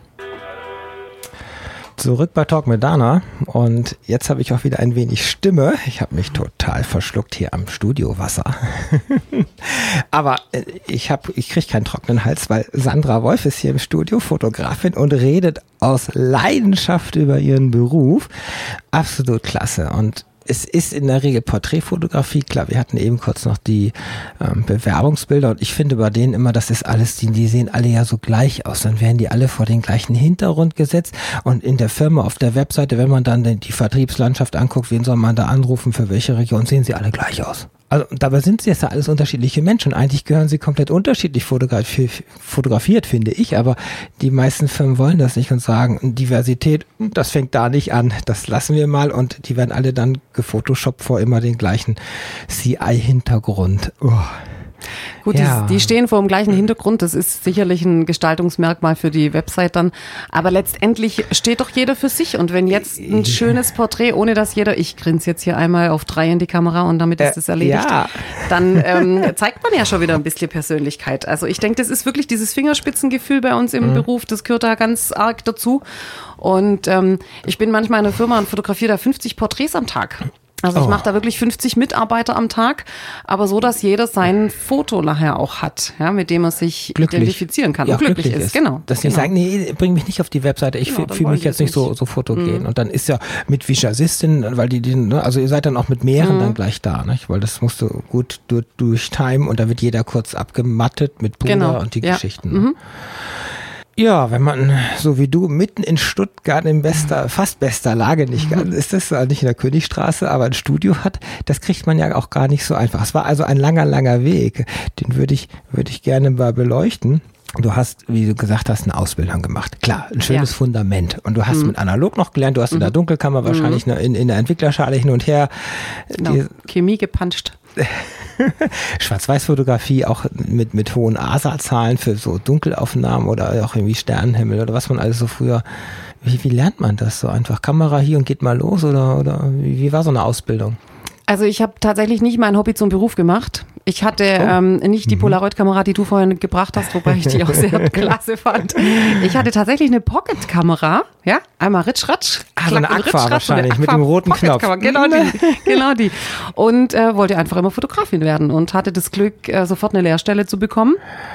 Zurück bei Talk mit Dana und jetzt habe ich auch wieder ein wenig Stimme. Ich habe mich total verschluckt hier am Studiowasser. Aber ich habe, ich kriege keinen trockenen Hals, weil Sandra Wolf ist hier im Studio, Fotografin und redet aus Leidenschaft über ihren Beruf. Absolut klasse. Und es ist in der Regel Porträtfotografie, klar, wir hatten eben kurz noch die ähm, Bewerbungsbilder und ich finde bei denen immer, das ist alles, die, die sehen alle ja so gleich aus, dann werden die alle vor den gleichen Hintergrund gesetzt und in der Firma, auf der Webseite, wenn man dann die Vertriebslandschaft anguckt, wen soll man da anrufen, für welche Region, sehen sie alle gleich aus. Also dabei sind sie jetzt ja alles unterschiedliche Menschen. Eigentlich gehören sie komplett unterschiedlich fotografiert, fotografiert, finde ich. Aber die meisten Firmen wollen das nicht und sagen, Diversität, das fängt da nicht an. Das lassen wir mal. Und die werden alle dann gefotoshoppt vor immer den gleichen C I-Hintergrund. Oh. Gut, ja. die, die stehen vor dem gleichen Hintergrund. Das ist sicherlich ein Gestaltungsmerkmal für die Website dann. Aber letztendlich steht doch jeder für sich. Und wenn jetzt ein schönes Porträt, ohne dass jeder, ich grinse jetzt hier einmal auf drei in die Kamera und damit ist das erledigt, ja. dann ähm, zeigt man ja schon wieder ein bisschen Persönlichkeit. Also ich denke, das ist wirklich dieses Fingerspitzengefühl bei uns im mhm. Beruf. Das gehört da ganz arg dazu. Und ähm, ich bin manchmal in einer Firma und fotografiere da fünfzig Porträts am Tag. Also ich Oh. mache da wirklich fünfzig Mitarbeiter am Tag, aber so, dass jeder sein Foto nachher auch hat, ja, mit dem er sich Glücklich. identifizieren kann Ja, und glücklich, ist. Genau. Dass die genau. sagen, nee, bring mich nicht auf die Webseite, ich Genau, fühle dann fühl wollen mich die jetzt das nicht so, nicht. so fotogen. Und dann ist ja mit Visagistin, weil die, die ne, also ihr seid dann auch mit mehreren Mhm. dann gleich da, nicht? Weil das musst du gut durch, durchtimen und da wird jeder kurz abgemattet mit Puder Genau. und die Ja. Geschichten. Ne? Mhm. Ja, wenn man, so wie du, mitten in Stuttgart in bester, fast bester Lage, nicht Mhm. ganz, ist das nicht in der Königstraße, aber ein Studio hat, das kriegt man ja auch gar nicht so einfach. Es war also ein langer, langer Weg. Den würde ich, würde ich gerne mal beleuchten. Du hast, wie du gesagt hast, eine Ausbildung gemacht. Klar, ein schönes Ja. Fundament. Und du hast Mhm. mit analog noch gelernt, du hast in der Dunkelkammer wahrscheinlich ne, in, in der Entwicklerschale hin und her. Genau. Die Chemie gepanscht. Schwarz-Weiß-Fotografie auch mit, mit hohen A S A-Zahlen für so Dunkelaufnahmen oder auch irgendwie Sternenhimmel oder was man alles so früher. Wie, wie lernt man das so einfach? Kamera hier und geht mal los oder, oder wie, wie war so eine Ausbildung? Also ich habe tatsächlich nicht mein Hobby zum Beruf gemacht. Ich hatte Oh. ähm, nicht die Polaroid-Kamera, die du vorhin gebracht hast, wobei ich die auch sehr klasse fand. Ich hatte tatsächlich eine Pocket-Kamera, ja, einmal Ritsch-Ratsch. Ah, so eine Klack und Aqua Ritsch-Ratsch, so eine wahrscheinlich, mit dem roten Knopf. Pocket-Kamera, Genau die, genau die. Und äh, wollte einfach immer Fotografin werden und hatte das Glück, äh, sofort eine Lehrstelle zu bekommen.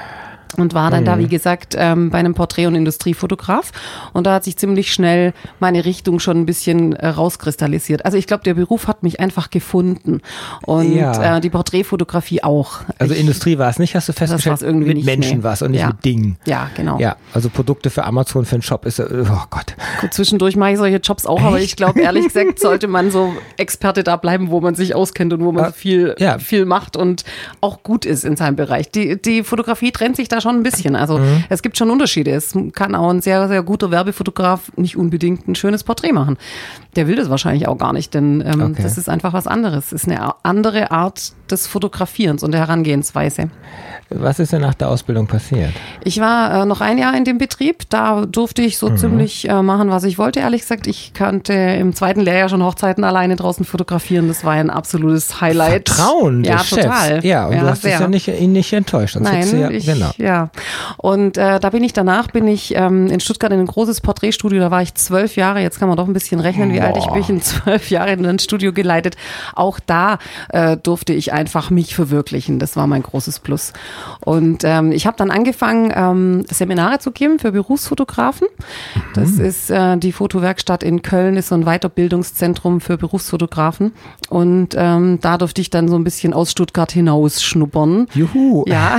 Und war dann da, wie gesagt, ähm, bei einem Porträt- und Industriefotograf. Und da hat sich ziemlich schnell meine Richtung schon ein bisschen äh, rauskristallisiert. Also ich glaube, der Beruf hat mich einfach gefunden. Und Ja. äh, die Porträtfotografie auch. Also ich, Industrie war es nicht, hast du festgestellt? war's irgendwie mit nicht, Menschen nee. war es und nicht Ja. mit Dingen. Ja, genau. Ja, also Produkte für Amazon, für einen Shop ist, äh, oh Gott. Gut, zwischendurch mache ich solche Jobs auch, aber ich glaube, ehrlich gesagt, sollte man so Experte da bleiben, wo man sich auskennt und wo man Ah, viel, ja. viel macht und auch gut ist in seinem Bereich. Die, die Fotografie trennt sich da schon ein bisschen. Also Mhm. es gibt schon Unterschiede. Es kann auch ein sehr, sehr guter Werbefotograf nicht unbedingt ein schönes Porträt machen. Der will das wahrscheinlich auch gar nicht, denn ähm, Okay. das ist einfach was anderes. Es ist eine andere Art des Fotografierens und der Herangehensweise. Was ist denn nach der Ausbildung passiert? Ich war äh, noch ein Jahr in dem Betrieb, da durfte ich so ziemlich äh, machen, was ich wollte, ehrlich gesagt. Ich konnte im zweiten Lehrjahr schon Hochzeiten alleine draußen fotografieren. Das war ein absolutes Highlight. Vertrauen des Ja, Chefs. total. Ja, und du hast dich sehr. ja nicht, ihn nicht enttäuscht. Sonst hättest du Nein, ja, ich, genau. ja. Und äh, da bin ich danach, bin ich ähm, in Stuttgart in ein großes Porträtstudio, da war ich zwölf Jahre, jetzt kann man doch ein bisschen rechnen, wie Boah. alt ich bin, in zwölf Jahre in ein Studio geleitet. Auch da äh, durfte ich einfach mich verwirklichen, das war mein großes Plus. Und ähm, ich habe dann angefangen, ähm, Seminare zu geben für Berufsfotografen. Das ist äh, die Fotowerkstatt in Köln, ist so ein Weiterbildungszentrum für Berufsfotografen. Und ähm, da durfte ich dann so ein bisschen aus Stuttgart hinaus schnuppern. Juhu. Ja,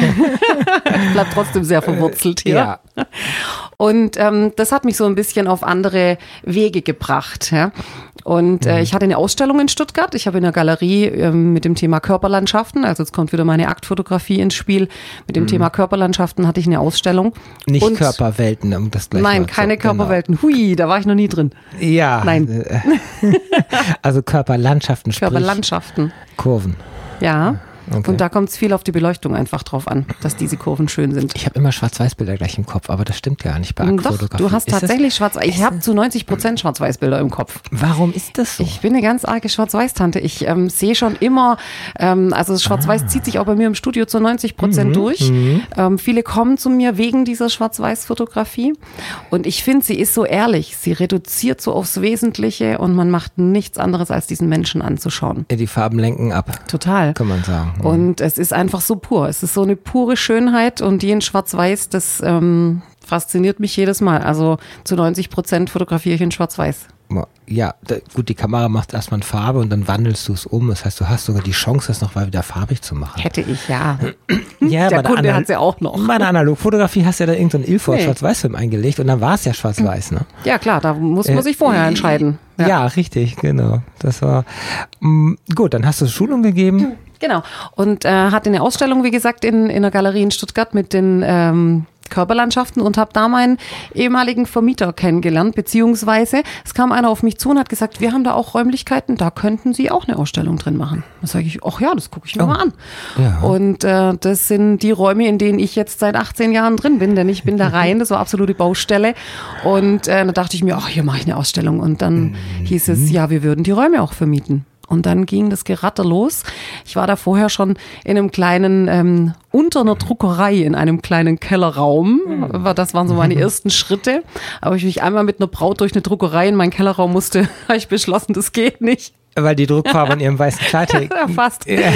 bleibt trotzdem sehr verwurzelt hier. Ja. Und ähm, das hat mich so ein bisschen auf andere Wege gebracht. Ja. Und äh, ich hatte eine Ausstellung in Stuttgart. Ich habe in der Galerie ähm, mit dem Thema Körperlandschaften, also jetzt kommt wieder meine Aktfotografie ins Spiel, mit dem Thema Körperlandschaften hatte ich eine Ausstellung. Nicht Und Körperwelten, um das gleich Nein, mal zu- keine genau. Körperwelten. Hui, da war ich noch nie drin. Ja. Nein. Also Körperlandschaften, sprich Körperlandschaften. Kurven. Ja. Okay. Und da kommt es viel auf die Beleuchtung einfach drauf an, dass diese Kurven schön sind. Ich habe immer Schwarz-Weiß-Bilder gleich im Kopf, aber das stimmt gar nicht bei Doch, Aktfotografie. du hast Ist das- tatsächlich schwarz. Ich habe zu neunzig Prozent Schwarz-Weiß-Bilder im Kopf. Warum ist das so? Ich bin eine ganz arge Schwarz-Weiß-Tante. Ich ähm, sehe schon immer, ähm, also das Schwarz-Weiß Ah. zieht sich auch bei mir im Studio zu neunzig Mhm, Prozent durch. Ähm, viele kommen zu mir wegen dieser Schwarz-Weiß-Fotografie. Und ich finde, sie ist so ehrlich. Sie reduziert so aufs Wesentliche und man macht nichts anderes, als diesen Menschen anzuschauen. Die Farben lenken ab, Total. kann man sagen. Und es ist einfach so pur. Es ist so eine pure Schönheit und die in Schwarz-Weiß, das ähm, fasziniert mich jedes Mal. Also zu neunzig Prozent fotografiere ich in Schwarz-Weiß. Ja, da, gut, die Kamera macht erstmal eine Farbe und dann wandelst du es um. Das heißt, du hast sogar die Chance, das noch mal wieder farbig zu machen. Hätte ich, ja. Ja, Der bei Kunde Anal- hat's ja auch noch. Bei der Analogfotografie hast du ja da irgendeinen so Ilford Nee. Schwarz-Weiß-Film eingelegt und dann war es ja Schwarz-Weiß, ne? Ja, klar, da muss man Äh, sich vorher entscheiden. Ja. richtig, genau. Das war mm, gut, dann hast du Schulung gegeben. Genau. Und äh, hatte eine Ausstellung, wie gesagt, in, in der Galerie in Stuttgart mit den ähm, Körperlandschaften und habe da meinen ehemaligen Vermieter kennengelernt, beziehungsweise es kam einer auf mich zu und hat gesagt, wir haben da auch Räumlichkeiten, da könnten Sie auch eine Ausstellung drin machen. Da sage ich, ach ja, das gucke ich mir Oh. mal an. Ja. Und äh, das sind die Räume, in denen ich jetzt seit achtzehn Jahren drin bin, denn ich bin da rein, das war absolute Baustelle. Und äh, da dachte ich mir, ach, hier mache ich eine Ausstellung. Und dann hieß es, ja, wir würden die Räume auch vermieten. Und dann ging das Geratter los. Ich war da vorher schon in einem kleinen, ähm, unter einer Druckerei, in einem kleinen Kellerraum. Das waren so meine ersten Schritte. Aber ich mich einmal mit einer Braut durch eine Druckerei in meinen Kellerraum musste, habe ich beschlossen, das geht nicht. Weil die Druckfarbe an ihrem weißen Kleid hängt. Ja, fast. Ja.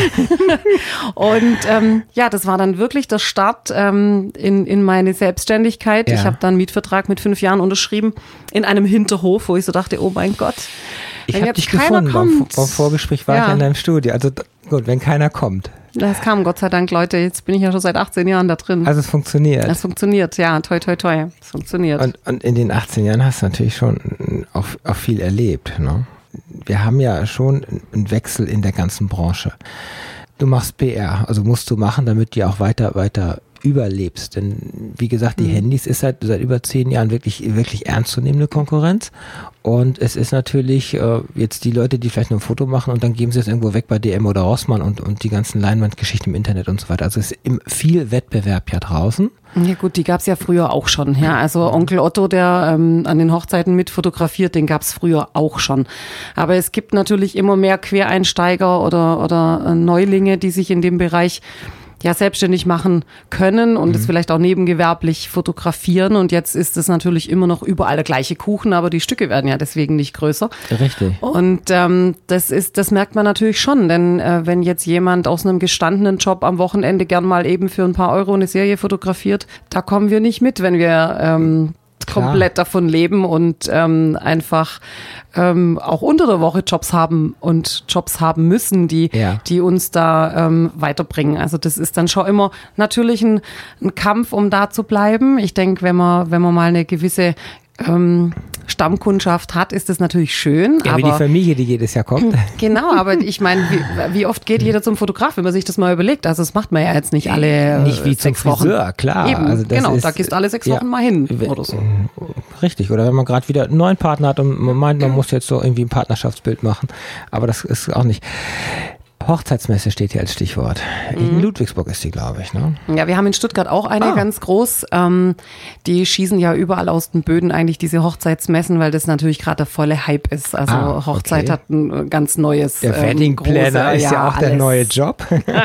Und ähm, ja, das war dann wirklich der Start ähm, in, in meine Selbstständigkeit. Ja. Ich habe dann einen Mietvertrag mit fünf Jahren unterschrieben in einem Hinterhof, wo ich so dachte, oh mein Gott, Ich wenn habe jetzt dich keiner gefunden. Beim, kommt. beim Vorgespräch war Ja. ich in deinem Studio. Also d- gut, wenn keiner kommt. Das kam Gott sei Dank, Leute. Jetzt bin ich ja schon seit achtzehn Jahren da drin. Also es funktioniert. Das funktioniert, ja, toi, toi, toi. Es funktioniert. Und, und in den achtzehn Jahren hast du natürlich schon auch, auch viel erlebt. Ne? Wir haben ja schon einen Wechsel in der ganzen Branche. Du machst P R, also musst du machen, damit du auch weiter, weiter überlebst. Denn wie gesagt, die Mhm. Handys ist seit, seit über zehn Jahren wirklich, wirklich ernstzunehmende Konkurrenz. Und es ist natürlich äh, jetzt die Leute, die vielleicht nur ein Foto machen und dann geben sie es irgendwo weg bei D M oder Rossmann und, und die ganzen Leinwandgeschichten im Internet und so weiter. Also es ist im, viel Wettbewerb ja draußen. Ja gut, die gab's ja früher auch schon. Ja, also Onkel Otto, der ähm, an den Hochzeiten mit fotografiert, den gab's früher auch schon. Aber es gibt natürlich immer mehr Quereinsteiger oder oder äh, Neulinge, die sich in dem Bereich ja selbstständig machen können und es vielleicht auch nebengewerblich fotografieren. Und jetzt ist es natürlich immer noch überall der gleiche Kuchen, aber die Stücke werden ja deswegen nicht größer. Richtig. Und ähm, das ist, das merkt man natürlich schon, denn äh, wenn jetzt jemand aus einem gestandenen Job am Wochenende gern mal eben für ein paar Euro eine Serie fotografiert, da kommen wir nicht mit, wenn wir ähm, Klar. komplett davon leben und ähm, einfach ähm, auch unter der Woche Jobs haben und Jobs haben müssen, die, Ja. die uns da ähm, weiterbringen. Also das ist dann schon immer natürlich ein, ein Kampf, um da zu bleiben. Ich denke, wenn man, wenn man mal eine gewisse ähm, Stammkundschaft hat, ist das natürlich schön. Ja, wie aber die Familie, die jedes Jahr kommt. Genau, aber ich meine, wie, wie oft geht jeder zum Fotograf, wenn man sich das mal überlegt? Also das macht man ja jetzt nicht alle Nicht wie äh, zum sechs Wochen. Friseur, klar. Eben, Also das genau, ist- da gehst du alle sechs ja. Wochen mal hin Wenn- oder so. Richtig, oder wenn man gerade wieder einen neuen Partner hat und man meint, man muss jetzt so irgendwie ein Partnerschaftsbild machen, aber das ist auch nicht. Hochzeitsmesse steht hier als Stichwort. In Ludwigsburg ist die, glaube ich, ne? Ja, wir haben in Stuttgart auch eine Ah. ganz groß. Ähm, die schießen ja überall aus den Böden eigentlich diese Hochzeitsmessen, weil das natürlich gerade der volle Hype ist. Also Ah, okay. Hochzeit hat ein äh, ganz neues. Der ähm, Wedding Planner große- ist ja, auch der alles. neue Job.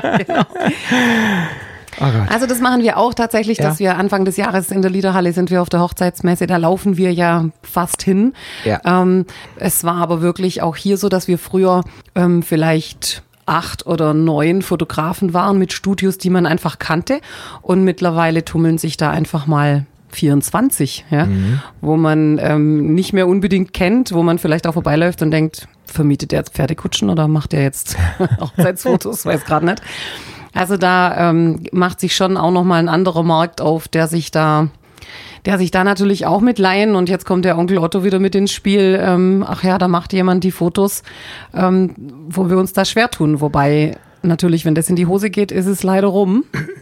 Oh Gott. Also das machen wir auch tatsächlich, Ja. dass wir Anfang des Jahres in der Liederhalle sind wir auf der Hochzeitsmesse, da laufen wir ja fast hin. Ja. Ähm, es war aber wirklich auch hier so, dass wir früher ähm, vielleicht acht oder neun Fotografen waren mit Studios, die man einfach kannte und mittlerweile tummeln sich da einfach mal vierundzwanzig, ja, Mhm. wo man ähm, nicht mehr unbedingt kennt, wo man vielleicht auch vorbeiläuft und denkt, vermietet der jetzt Pferdekutschen oder macht der jetzt Hochzeitsfotos, weiß gerade nicht. Also da ähm, macht sich schon auch nochmal ein anderer Markt auf, der sich da, der sich da natürlich auch mit leihen. Und jetzt kommt der Onkel Otto wieder mit ins Spiel. Ähm, ach ja, da macht jemand die Fotos, ähm, wo wir uns da schwer tun. Wobei natürlich, wenn das in die Hose geht, ist es leider rum.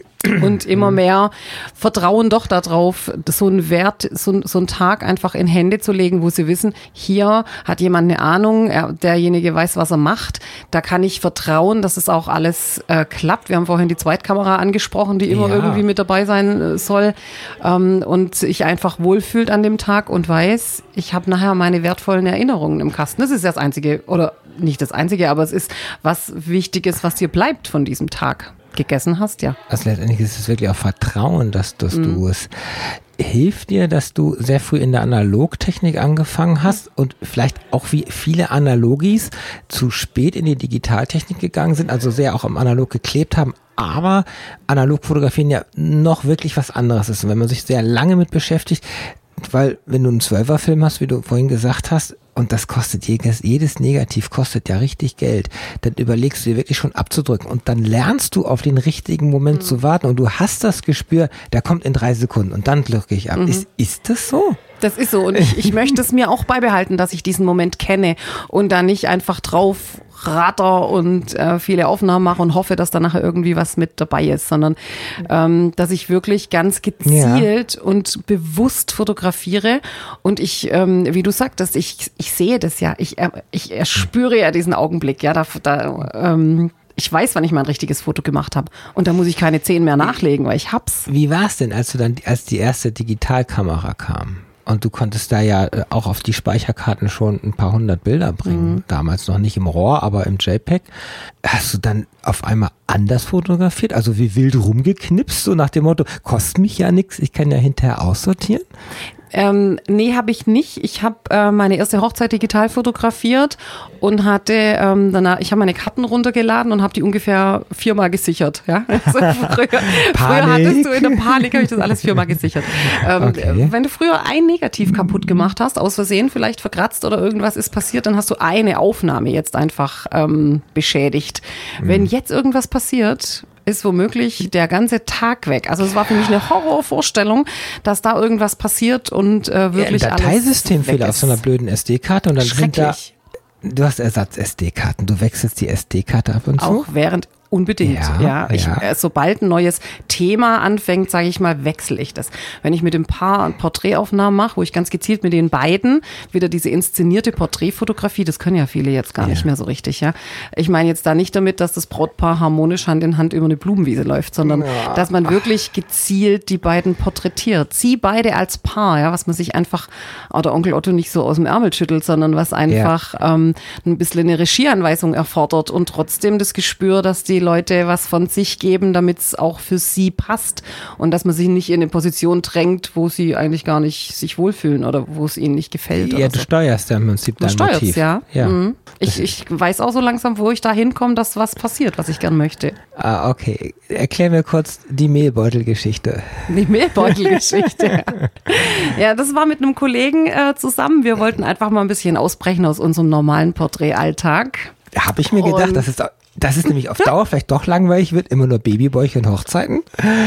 Und immer mehr vertrauen doch darauf, so einen Wert, so, so einen Tag einfach in Hände zu legen, wo sie wissen, hier hat jemand eine Ahnung, er, derjenige weiß, was er macht. Da kann ich vertrauen, dass es auch alles äh, klappt. Wir haben vorhin die Zweitkamera angesprochen, die immer Ja. irgendwie mit dabei sein äh, soll ähm, und sich einfach wohlfühlt an dem Tag und weiß, ich habe nachher meine wertvollen Erinnerungen im Kasten. Das ist das Einzige, oder nicht das Einzige, aber es ist was Wichtiges, was dir bleibt von diesem Tag. Gegessen hast, ja. Also letztendlich ist es wirklich auch Vertrauen, dass, dass Mhm. du es. Hilft dir, dass du sehr früh in der Analogtechnik angefangen hast und vielleicht auch wie viele Analogis zu spät in die Digitaltechnik gegangen sind, also sehr auch am Analog geklebt haben, aber analog fotografieren ja noch wirklich was anderes ist. Und wenn man sich sehr lange mit beschäftigt, weil wenn du einen Zwölfer-Film hast, wie du vorhin gesagt hast, und das kostet jedes, jedes Negativ kostet ja richtig Geld, dann überlegst du dir wirklich schon abzudrücken und dann lernst du auf den richtigen Moment zu warten und du hast das Gespür, der kommt in drei Sekunden und dann drücke ich ab. Mhm. Ist, ist das so? Das ist so und ich, ich möchte es mir auch beibehalten, dass ich diesen Moment kenne und da nicht einfach drauf ratter und äh, viele Aufnahmen mache und hoffe, dass da nachher irgendwie was mit dabei ist, sondern ähm, dass ich wirklich ganz gezielt ja. und bewusst fotografiere und ich, ähm, wie du sagtest, ich, ich sehe das ja, ich, ich erspüre ja diesen Augenblick, ja, da, da ähm, ich weiß, wann ich mal ein richtiges Foto gemacht habe. Und da muss ich keine zehn mehr nachlegen, weil ich hab's. Wie war es denn, als du dann, als die erste Digitalkamera kam? Und du konntest da ja auch auf die Speicherkarten schon ein paar hundert Bilder bringen. Mhm. Damals noch nicht im RAW, aber im JPEG. Hast du dann auf einmal anders fotografiert? Also wie wild rumgeknipst, so nach dem Motto, kostet mich ja nichts, ich kann ja hinterher aussortieren? Ähm, nee, habe ich nicht. Ich habe äh, meine erste Hochzeit digital fotografiert und hatte ähm, danach, ich habe meine Karten runtergeladen und habe die ungefähr viermal gesichert. Ja? Also früher, früher hattest du in der Panik, habe ich das alles viermal gesichert. Ähm, okay. Wenn du früher ein Negativ kaputt gemacht hast, aus Versehen vielleicht verkratzt oder irgendwas ist passiert, dann hast du eine Aufnahme jetzt einfach ähm, beschädigt. Mhm. Wenn jetzt irgendwas passiert, ist womöglich der ganze Tag weg. Also es war für mich eine Horrorvorstellung, dass da irgendwas passiert und äh, wirklich ja, ein Dateisystemfehler auf so einer blöden S D-Karte und dann sind da, du hast Ersatz-S D-Karten, du wechselst die S D-Karte ab und zu? Auch während Unbedingt, ja. ja. Ich, ja. Äh, sobald ein neues Thema anfängt, sage ich mal, wechsle ich das. Wenn ich mit dem Paar Porträtaufnahmen mache, wo ich ganz gezielt mit den beiden wieder diese inszenierte Porträtfotografie, das können ja viele jetzt gar ja. nicht mehr so richtig, ja. Ich meine jetzt da nicht damit, dass das Brautpaar harmonisch Hand in Hand über eine Blumenwiese läuft, sondern ja. dass man wirklich gezielt die beiden porträtiert. Sie beide als Paar, ja, was man sich einfach, oder Onkel Otto nicht so aus dem Ärmel schüttelt, sondern was einfach ja. ähm, ein bisschen eine Regieanweisung erfordert und trotzdem das Gespür, dass die Leute was von sich geben, damit es auch für sie passt und dass man sich nicht in eine Position drängt, wo sie eigentlich gar nicht sich wohlfühlen oder wo es ihnen nicht gefällt. Ja, oder du so. steuerst ja im Prinzip dein Motiv. Motiv. Ja. ja. Mhm. Ich, ich weiß auch so langsam, wo ich da hinkomme, dass was passiert, was ich gern möchte. Ah, okay. Erklär mir kurz die Mehlbeutelgeschichte. Die Mehlbeutelgeschichte. Ja, das war mit einem Kollegen äh, zusammen. Wir wollten einfach mal ein bisschen ausbrechen aus unserem normalen Porträtalltag. Habe ich mir und gedacht, das ist Das ist nämlich auf Dauer vielleicht doch langweilig wird, immer nur Babybäuche und Hochzeiten.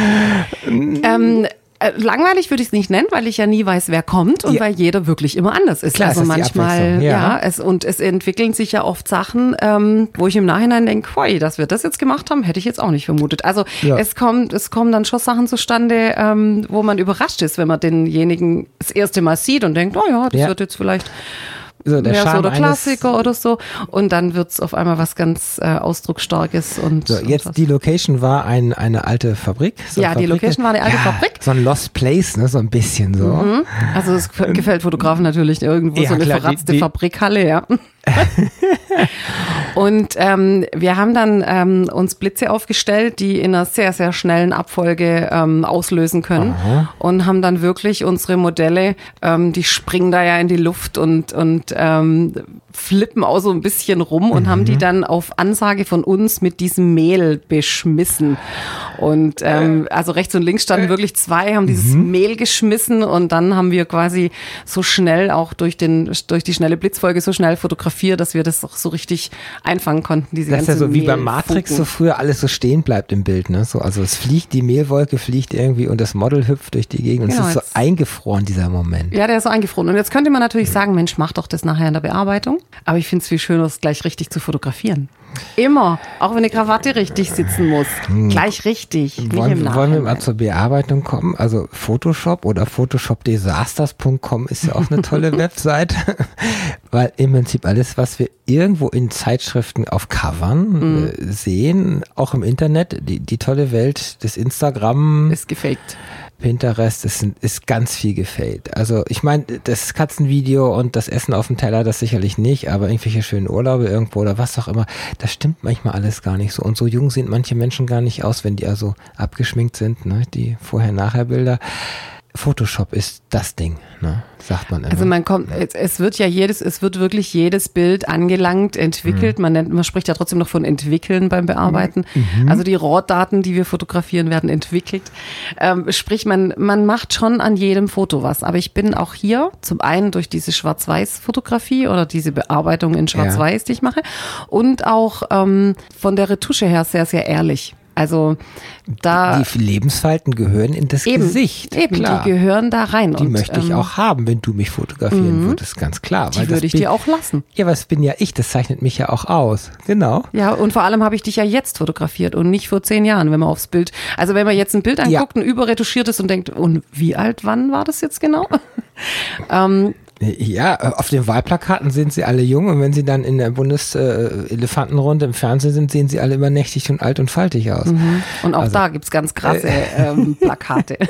Ähm, äh, langweilig würde ich es nicht nennen, weil ich ja nie weiß, wer kommt und ja. weil jeder wirklich immer anders ist. Klar, also ist manchmal, ja, ja, es, und es entwickeln sich ja oft Sachen, ähm, wo ich im Nachhinein denke, hui, dass wir das jetzt gemacht haben, hätte ich jetzt auch nicht vermutet. Also ja. es kommt, es kommen dann schon Sachen zustande, ähm, wo man überrascht ist, wenn man denjenigen das erste Mal sieht und denkt, oh ja, das ja. wird jetzt vielleicht So, der mehr Charme so der Klassiker eines, oder so. Und dann wird's auf einmal was ganz äh, Ausdrucksstarkes. Und, so, jetzt und die Location war ein, eine alte Fabrik. So ja, Fabrik, die Location war eine alte ja, Fabrik. So ein Lost Place, ne, so ein bisschen so. Mhm. Also es gefällt Fotografen natürlich irgendwo ja, so eine klar, verratzte die, die Fabrikhalle, ja. Und ähm, wir haben dann ähm, uns Blitze aufgestellt, die in einer sehr, sehr schnellen Abfolge ähm, auslösen können. Aha. Und haben dann wirklich unsere Modelle, ähm, die springen da ja in die Luft und, und ähm, flippen auch so ein bisschen rum und mhm. haben die dann auf Ansage von uns mit diesem Mehl beschmissen. Und ähm, also rechts und links standen wirklich zwei, haben dieses mhm. Mehl geschmissen und dann haben wir quasi so schnell auch durch den durch die schnelle Blitzfolge so schnell fotografiert, dass wir das auch so richtig einfangen konnten. Diese das ist ja so wie beim Mehlfugen. Matrix so früher alles so stehen bleibt im Bild, ne? So, also es fliegt, die Mehlwolke fliegt irgendwie und das Model hüpft durch die Gegend und genau, es ist so eingefroren, dieser Moment. Ja, der ist so eingefroren. Und jetzt könnte man natürlich sagen, Mensch, mach doch das nachher in der Bearbeitung. Aber ich finde es viel schöner, es gleich richtig zu fotografieren. Immer, auch wenn eine Krawatte richtig sitzen muss. Hm. Gleich richtig, nicht wollen, im Nachhinein. Wollen wir mal zur Bearbeitung kommen? Also Photoshop oder photoshop disasters punkt com ist ja auch eine tolle Website, weil im Prinzip alles, was wir irgendwo in Zeitschriften auf Covern mm. äh, sehen, auch im Internet, die, die tolle Welt des Instagram ist gefaked. Pinterest ist, ist ganz viel gefaked. Also ich meine, das Katzenvideo und das Essen auf dem Teller, das sicherlich nicht, aber irgendwelche schönen Urlaube irgendwo oder was auch immer, das stimmt manchmal alles gar nicht so. Und so jung sehen manche Menschen gar nicht aus, wenn die also abgeschminkt sind, ne? Die Vorher-Nachher-Bilder. Photoshop ist das Ding, ne? Sagt man immer. Also man kommt, es, es wird ja jedes, es wird wirklich jedes Bild angelangt, entwickelt. Mhm. Man nennt, man spricht ja trotzdem noch von entwickeln beim Bearbeiten. Mhm. Also die Rohdaten, die wir fotografieren, werden entwickelt. Ähm, sprich, man, man macht schon an jedem Foto was. Aber ich bin auch hier zum einen durch diese Schwarz-Weiß-Fotografie oder diese Bearbeitung in Schwarz-Weiß, ja. die ich mache, und auch ähm, von der Retusche her sehr, sehr ehrlich. Also da die Lebensfalten gehören in das eben, Gesicht. Eben, klar. Die gehören da rein. Die und, möchte ich ähm, auch haben, wenn du mich fotografieren m- würdest, ganz klar. Die weil würde das ich bin, dir auch lassen. Ja, aber es bin ja ich, das zeichnet mich ja auch aus. Genau. Ja, und vor allem habe ich dich ja jetzt fotografiert und nicht vor zehn Jahren, wenn man aufs Bild, also wenn man jetzt ein Bild anguckt, ja. ein überretuschiertes und denkt, und wie alt, wann war das jetzt genau? ähm, Ja, auf den Wahlplakaten sind sie alle jung und wenn sie dann in der Bundes-Elefantenrunde im Fernsehen sind, sehen sie alle übernächtig und alt und faltig aus. Mhm. Und auch also, da gibt's ganz krasse äh, ähm, Plakate.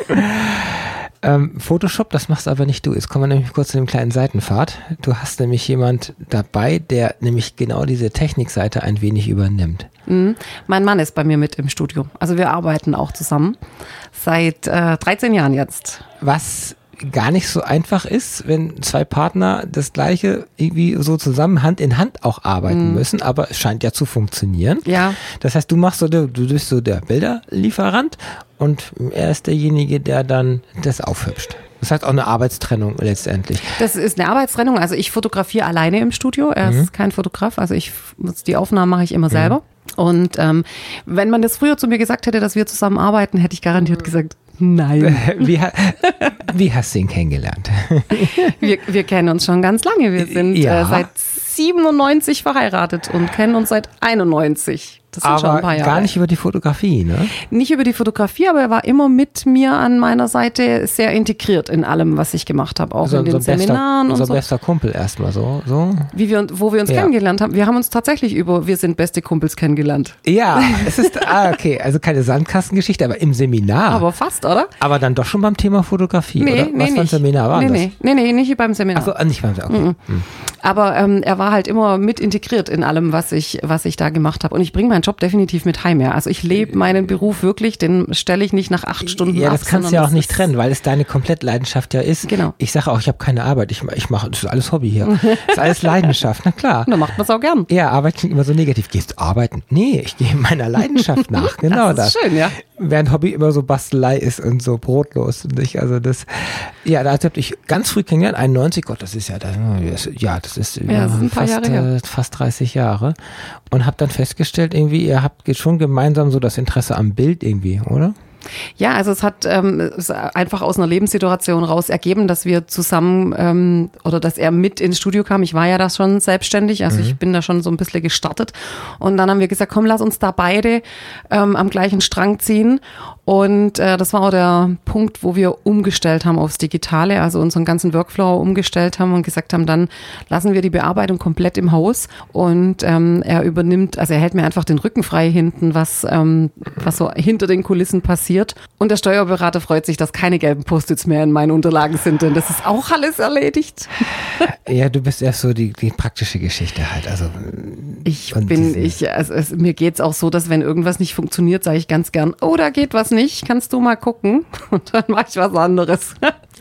ähm, Photoshop, das machst aber nicht du. Jetzt kommen wir nämlich kurz zu dem kleinen Seitenpfad. Du hast nämlich jemand dabei, der nämlich genau diese Technikseite ein wenig übernimmt. Mhm. Mein Mann ist bei mir mit im Studio. Also wir arbeiten auch zusammen seit äh, dreizehn Jahren jetzt. Was gar nicht so einfach ist, wenn zwei Partner das Gleiche irgendwie so zusammen Hand in Hand auch arbeiten mhm. müssen, aber es scheint ja zu funktionieren. Ja. Das heißt, du machst so, du bist so der Bilderlieferant und er ist derjenige, der dann das aufhübscht. Das heißt auch eine Arbeitstrennung letztendlich. Das ist eine Arbeitstrennung. Also ich fotografiere alleine im Studio. Er mhm. ist kein Fotograf. Also ich die Aufnahmen mache ich immer selber. Mhm. Und ähm, wenn man das früher zu mir gesagt hätte, dass wir zusammen arbeiten, hätte ich garantiert gesagt, nein. Wie, wie hast du ihn kennengelernt? wir, wir kennen uns schon ganz lange. Wir sind ja. äh, seit siebenundneunzig verheiratet und kennen uns seit einundneunzig. Das sind aber schon ein paar Jahre. Gar nicht über die Fotografie, ne? Nicht über die Fotografie, aber er war immer mit mir an meiner Seite sehr integriert in allem, was ich gemacht habe, auch also in den so Seminaren bester, und so. So bester Kumpel erstmal so. so. Wie wir, wo wir uns ja. kennengelernt haben. Wir haben uns tatsächlich über Wir sind beste Kumpels kennengelernt. Ja, es ist, ah, okay, also keine Sandkastengeschichte, aber im Seminar. Aber fast, oder? Aber dann doch schon beim Thema Fotografie, nee, oder? Nee, was für ein nicht. Seminar war nee, das? Nee, nee, nee, nicht beim Seminar. Ach so, nicht beim Seminar, okay. Mhm. Aber ähm, er war halt immer mit integriert in allem, was ich, was ich da gemacht habe. Und ich bringe meinen Job definitiv mit heim. Ja. Also ich lebe meinen Beruf wirklich, den stelle ich nicht nach acht Stunden Ja, ab. das kannst du ja auch nicht trennen, weil es deine Komplettleidenschaft ja ist. Genau. Ich sage auch, ich habe keine Arbeit. Ich, ich mache, das ist alles Hobby hier. Das ist alles Leidenschaft, na klar. Da macht man es auch gern. Ja, Arbeit klingt immer so negativ. Gehst du arbeiten? Nee, ich gehe meiner Leidenschaft nach. Genau das. Das ist schön, ja. Während Hobby immer so Bastelei ist und so brotlos. Und ich, also das, ja, da habe ich ganz früh kennengelernt, einundneunzig, Gott, das ist ja, das, ja, das ist, ja, das ist ein paar fast, Jahre her. äh, fast dreißig Jahre. Und habe dann festgestellt, irgendwie, ihr habt schon gemeinsam so das Interesse am Bild irgendwie, oder? Ja, also es hat ähm, es einfach aus einer Lebenssituation raus ergeben, dass wir zusammen ähm, oder dass er mit ins Studio kam. Ich war ja da schon selbstständig, also mhm. ich bin da schon so ein bisschen gestartet. Und dann haben wir gesagt, komm, lass uns da beide ähm, am gleichen Strang ziehen. Und äh, das war auch der Punkt, wo wir umgestellt haben aufs Digitale, also unseren ganzen Workflow umgestellt haben und gesagt haben, dann lassen wir die Bearbeitung komplett im Haus und ähm, er übernimmt, also er hält mir einfach den Rücken frei hinten, was, ähm, was so hinter den Kulissen passiert. Und der Steuerberater freut sich, dass keine gelben Post-its mehr in meinen Unterlagen sind, denn das ist auch alles erledigt. Ja, du bist erst so die, die praktische Geschichte halt. Also ich bin, ich, also es, mir geht's auch so, dass wenn irgendwas nicht funktioniert, sage ich ganz gern, oh, da geht was nicht, kannst du mal gucken? Und dann mache ich was anderes.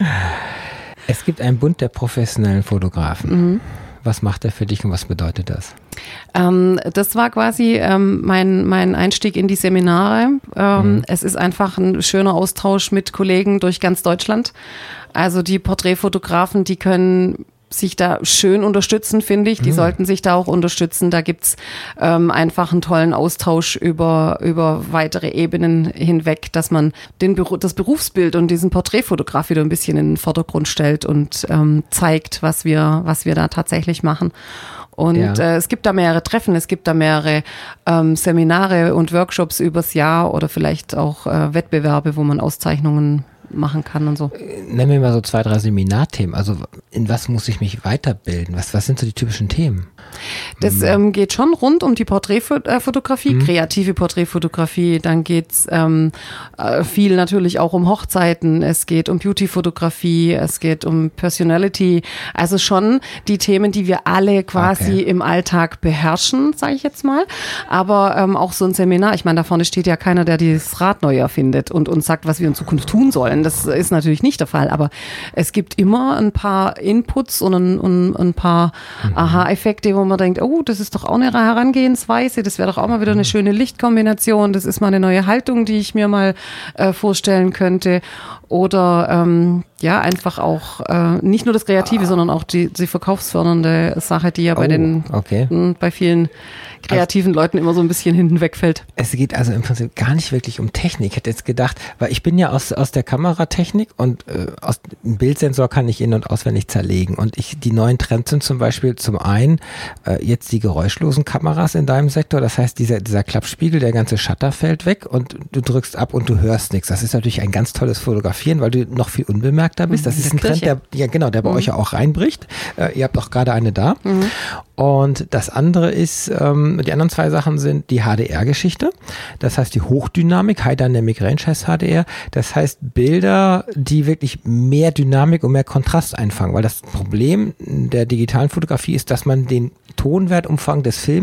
Es gibt einen Bund der professionellen Fotografen. Mhm. Was macht er für dich und was bedeutet das? Ähm, das war quasi ähm, mein, mein Einstieg in die Seminare. Ähm, mhm. Es ist einfach ein schöner Austausch mit Kollegen durch ganz Deutschland. Also die Porträtfotografen, die können sich da schön unterstützen, finde ich. Die mhm. sollten sich da auch unterstützen. Da gibt's ähm, einfach einen tollen Austausch über über weitere Ebenen hinweg, dass man den Beru- das Berufsbild und diesen Porträtfotograf wieder ein bisschen in den Vordergrund stellt und ähm, zeigt, was wir was wir da tatsächlich machen. Und ja. äh, es gibt da mehrere Treffen, es gibt da mehrere ähm, Seminare und Workshops übers Jahr oder vielleicht auch äh, Wettbewerbe, wo man Auszeichnungen machen kann und so. Nenn mir mal so zwei, drei Seminarthemen. Also in was muss ich mich weiterbilden? Was, was sind so die typischen Themen? Das ähm, geht schon rund um die Porträtfotografie, mhm. kreative Porträtfotografie. Dann geht's ähm, viel natürlich auch um Hochzeiten. Es geht um Beautyfotografie. Es geht um Personality. Also schon die Themen, die wir alle quasi okay. im Alltag beherrschen, sage ich jetzt mal. Aber ähm, auch so ein Seminar. Ich meine, da vorne steht ja keiner, der das Rad neu erfindet und uns sagt, was wir in Zukunft tun sollen. Das ist natürlich nicht der Fall, aber es gibt immer ein paar Inputs und ein, und ein paar mhm. Aha-Effekte, wo man denkt, oh, das ist doch auch eine Herangehensweise, das wäre doch auch mal wieder eine schöne Lichtkombination, das ist mal eine neue Haltung, die ich mir mal äh, vorstellen könnte. Oder ähm, ja, einfach auch äh, nicht nur das Kreative, ah. sondern auch die, die verkaufsfördernde Sache, die ja bei oh, den okay. mh, bei vielen kreativen also, Leuten immer so ein bisschen hinten wegfällt. Es geht also im Prinzip gar nicht wirklich um Technik. Ich hätte jetzt gedacht, weil ich bin ja aus, aus der Kameratechnik und äh, aus dem Bildsensor kann ich in- und auswendig zerlegen. Und ich die neuen Trends sind zum Beispiel zum einen äh, jetzt die geräuschlosen Kameras in deinem Sektor. Das heißt, dieser, dieser Klappspiegel, der ganze Shutter fällt weg und du drückst ab und du hörst nichts. Das ist natürlich ein ganz tolles Fotografieren, weil du noch viel unbemerkter bist. Das ist ein Trend, der, ja genau, der bei mhm. euch ja auch reinbricht. Äh, ihr habt auch gerade eine da. Mhm. Und das andere ist, ähm, die anderen zwei Sachen sind die H D R-Geschichte. Das heißt die Hochdynamik, High Dynamic Range heißt H D R. Das heißt Bilder, die wirklich mehr Dynamik und mehr Kontrast einfangen. Weil das Problem der digitalen Fotografie ist, dass man den Tonwertumfang des Films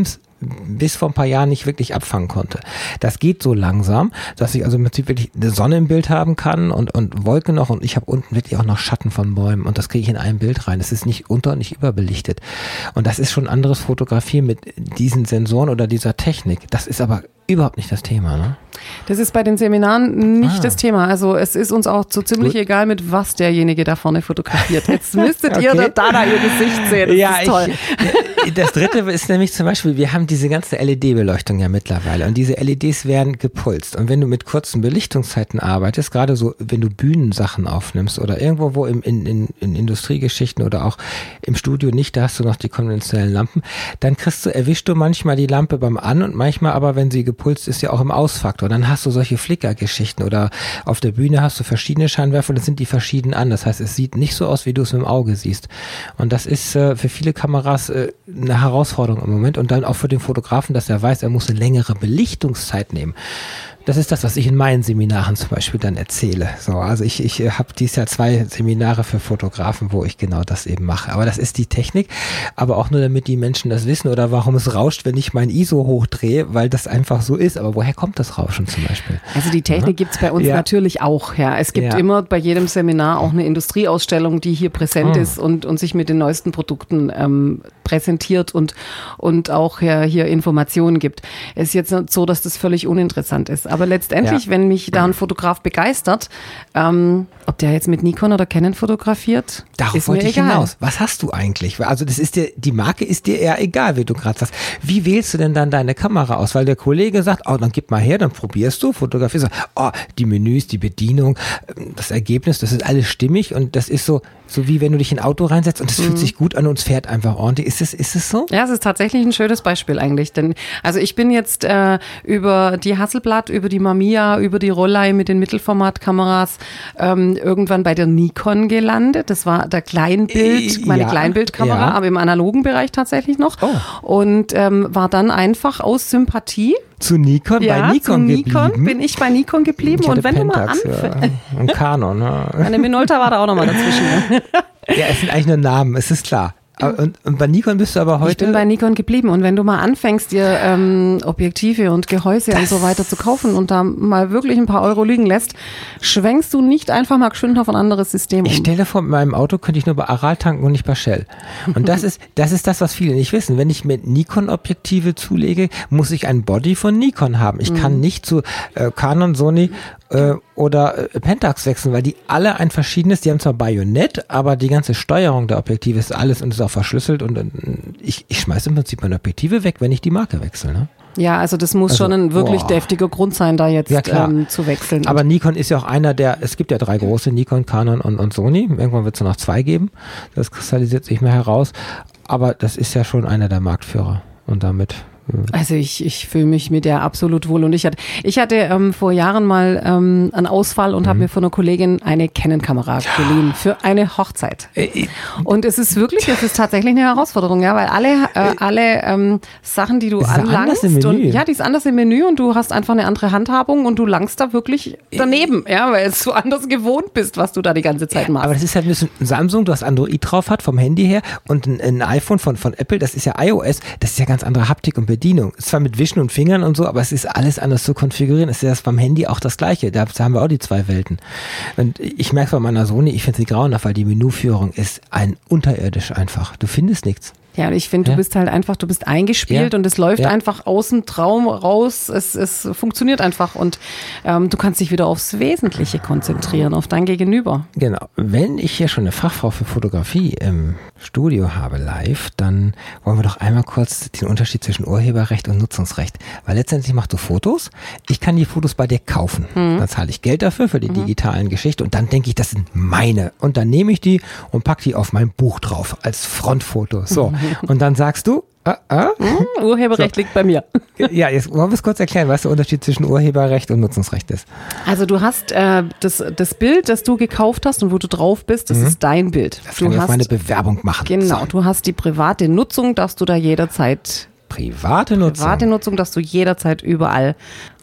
bis vor ein paar Jahren nicht wirklich abfangen konnte. Das geht so langsam, dass ich also im Prinzip wirklich eine Sonne im Bild haben kann und, und Wolken noch und ich habe unten wirklich auch noch Schatten von Bäumen und das kriege ich in ein Bild rein. Das ist nicht unter- und nicht überbelichtet. Und das ist schon anderes Fotografieren mit diesen Sensoren oder dieser Technik. Das ist aber überhaupt nicht das Thema, ne? Das ist bei den Seminaren nicht Ah. das Thema. Also es ist uns auch so ziemlich Gut. egal, mit was derjenige da vorne fotografiert. Jetzt müsstet Okay. ihr da Dana ihr Gesicht sehen. Das ja, ist toll. Ich, das dritte ist nämlich zum Beispiel, wir haben diese ganze L E D-Beleuchtung ja mittlerweile und diese L E Ds werden gepulst und wenn du mit kurzen Belichtungszeiten arbeitest, gerade so, wenn du Bühnensachen aufnimmst oder irgendwo wo im, in, in, in Industriegeschichten oder auch im Studio nicht, da hast du noch die konventionellen Lampen, dann kriegst du, erwischst du manchmal die Lampe beim An- und manchmal aber, wenn sie gepulst ist, ja auch im Ausfaktor. Dann hast du solche Flickergeschichten oder auf der Bühne hast du verschiedene Scheinwerfer und das sind die verschieden an. Das heißt, es sieht nicht so aus, wie du es mit dem Auge siehst. Und das ist äh, für viele Kameras äh, eine Herausforderung im Moment und dann auch für den Fotografen, dass er weiß, er muss eine längere Belichtungszeit nehmen. Das ist das, was ich in meinen Seminaren zum Beispiel dann erzähle. So, also ich, ich habe dieses Jahr zwei Seminare für Fotografen, wo ich genau das eben mache. Aber das ist die Technik, aber auch nur damit die Menschen das wissen oder warum es rauscht, wenn ich mein I S O hochdrehe, weil das einfach so ist. Aber woher kommt das Rauschen zum Beispiel? Also die Technik gibt's bei uns Ja. natürlich auch. Ja. Es gibt Ja. immer bei jedem Seminar auch eine Industrieausstellung, die hier präsent Oh. ist und, und sich mit den neuesten Produkten ähm, präsentiert und, und auch ja, hier Informationen gibt. Es ist jetzt nicht so, dass das völlig uninteressant ist. Aber letztendlich, Ja. wenn mich da ein Fotograf begeistert, ähm, ob der jetzt mit Nikon oder Canon fotografiert, Darauf ist mir wollte ich egal. hinaus. Was hast du eigentlich? Also das ist dir, die Marke ist dir eher egal, wie du gerade sagst. Wie wählst du denn dann deine Kamera aus? Weil der Kollege sagt, oh, dann gib mal her, dann probierst du, fotografierst, oh, die Menüs, die Bedienung, das Ergebnis, das ist alles stimmig und das ist so, so wie wenn du dich in ein Auto reinsetzt und es Mhm. fühlt sich gut an und es fährt einfach ordentlich. Ist es, ist es so? Ja, es ist tatsächlich ein schönes Beispiel eigentlich, denn also ich bin jetzt äh, über die Hasselblad, über die Mamiya, über die Rollei mit den Mittelformatkameras ähm, irgendwann bei der Nikon gelandet. Das war der Kleinbild, meine Ja, Kleinbildkamera, ja. aber im analogen Bereich tatsächlich noch. Oh. Und ähm, war dann einfach aus Sympathie. Zu Nikon, Ja, bei Nikon zu Nikon geblieben? bin ich bei Nikon geblieben. Ich hatte Und wenn du mal Pentax, anfängst. ja. Und Canon. Ja. Eine Minolta war da auch nochmal dazwischen. ja, es sind eigentlich nur Namen, es ist klar. Aber- Und, und bei Nikon bist du aber heute... Ich bin bei Nikon geblieben und wenn du mal anfängst, dir ähm, Objektive und Gehäuse und so weiter zu kaufen und da mal wirklich ein paar Euro liegen lässt, schwenkst du nicht einfach mal geschwind auf ein anderes System Ich um. stelle vor, mit meinem Auto könnte ich nur bei Aral tanken und nicht bei Shell. Und das ist, das ist das, was viele nicht wissen. Wenn ich mit Nikon-Objektive zulege, muss ich ein Body von Nikon haben. Ich kann nicht zu äh, Canon, Sony äh, oder äh, Pentax wechseln, weil die alle ein verschiedenes, die haben zwar Bajonett, aber die ganze Steuerung der Objektive ist alles und ist auch verschlüsselt und, und ich, ich schmeiße im Prinzip meine Objektive weg, wenn ich die Marke wechsle. Ne? Ja, also das muss Also, schon ein wirklich boah. deftiger Grund sein, da jetzt Ja, klar. ähm, zu wechseln. Aber Nikon ist ja auch einer der, es gibt ja drei große, Nikon, Canon und, und Sony. Irgendwann wird es nur noch zwei geben. Das kristallisiert sich mehr heraus. Aber das ist ja schon einer der Marktführer. Und damit... Also ich, ich fühle mich mit der absolut wohl und ich hatte, ich hatte ähm, vor Jahren mal ähm, einen Ausfall und Mhm. habe mir von einer Kollegin eine Canon-Kamera geliehen für eine Hochzeit. Äh, Und es ist wirklich, es ist tatsächlich eine Herausforderung, ja, weil alle, äh, alle ähm, Sachen, die du Es ist ja anlangst, anders im Menü. und ja, die ist anders im Menü und du hast einfach eine andere Handhabung und du langst da wirklich daneben, ja, weil du anders gewohnt bist, was du da die ganze Zeit machst. Aber das ist halt ein bisschen ein Samsung, du hast Android drauf hat vom Handy her und ein, ein iPhone von, von Apple, das ist ja iOS, das ist ja ganz andere Haptik und Bedienung. Ist zwar mit Wischen und Fingern und so, aber es ist alles anders zu konfigurieren. Es ist ja beim Handy auch das Gleiche. Da haben wir auch die zwei Welten. Und ich merke es bei meiner Sony, ich finde sie grauenhaft, weil die Menüführung ist ein unterirdisch einfach. Du findest nichts. Ja, und ich finde, Ja. du bist halt einfach, du bist eingespielt Ja. und es läuft Ja. einfach aus dem Traum raus. Es, es funktioniert einfach und ähm, du kannst dich wieder aufs Wesentliche konzentrieren, auf dein Gegenüber. Genau. Wenn ich hier schon eine Fachfrau für Fotografie im Studio habe live, dann wollen wir doch einmal kurz den Unterschied zwischen Urheberrecht und Nutzungsrecht. Weil letztendlich machst du Fotos. Ich kann die Fotos bei dir kaufen. Mhm. Dann zahle ich Geld dafür, für die digitalen Geschichten. Und dann denke ich, das sind meine. Und dann nehme ich die und packe die auf mein Buch drauf als Frontfoto. So. Und dann sagst du, ah, ah. Hm, Urheberrecht liegt bei mir. Ja, jetzt wollen wir es kurz erklären, was der Unterschied zwischen Urheberrecht und Nutzungsrecht ist. Also du hast äh, das, das Bild, das du gekauft hast und wo du drauf bist, das ist dein Bild. Das Du kann ich auf hast, meine Bewerbung machen. genau, So. du hast die private Nutzung, darfst du da jederzeit Private Nutzung. Private Nutzung, dass du jederzeit überall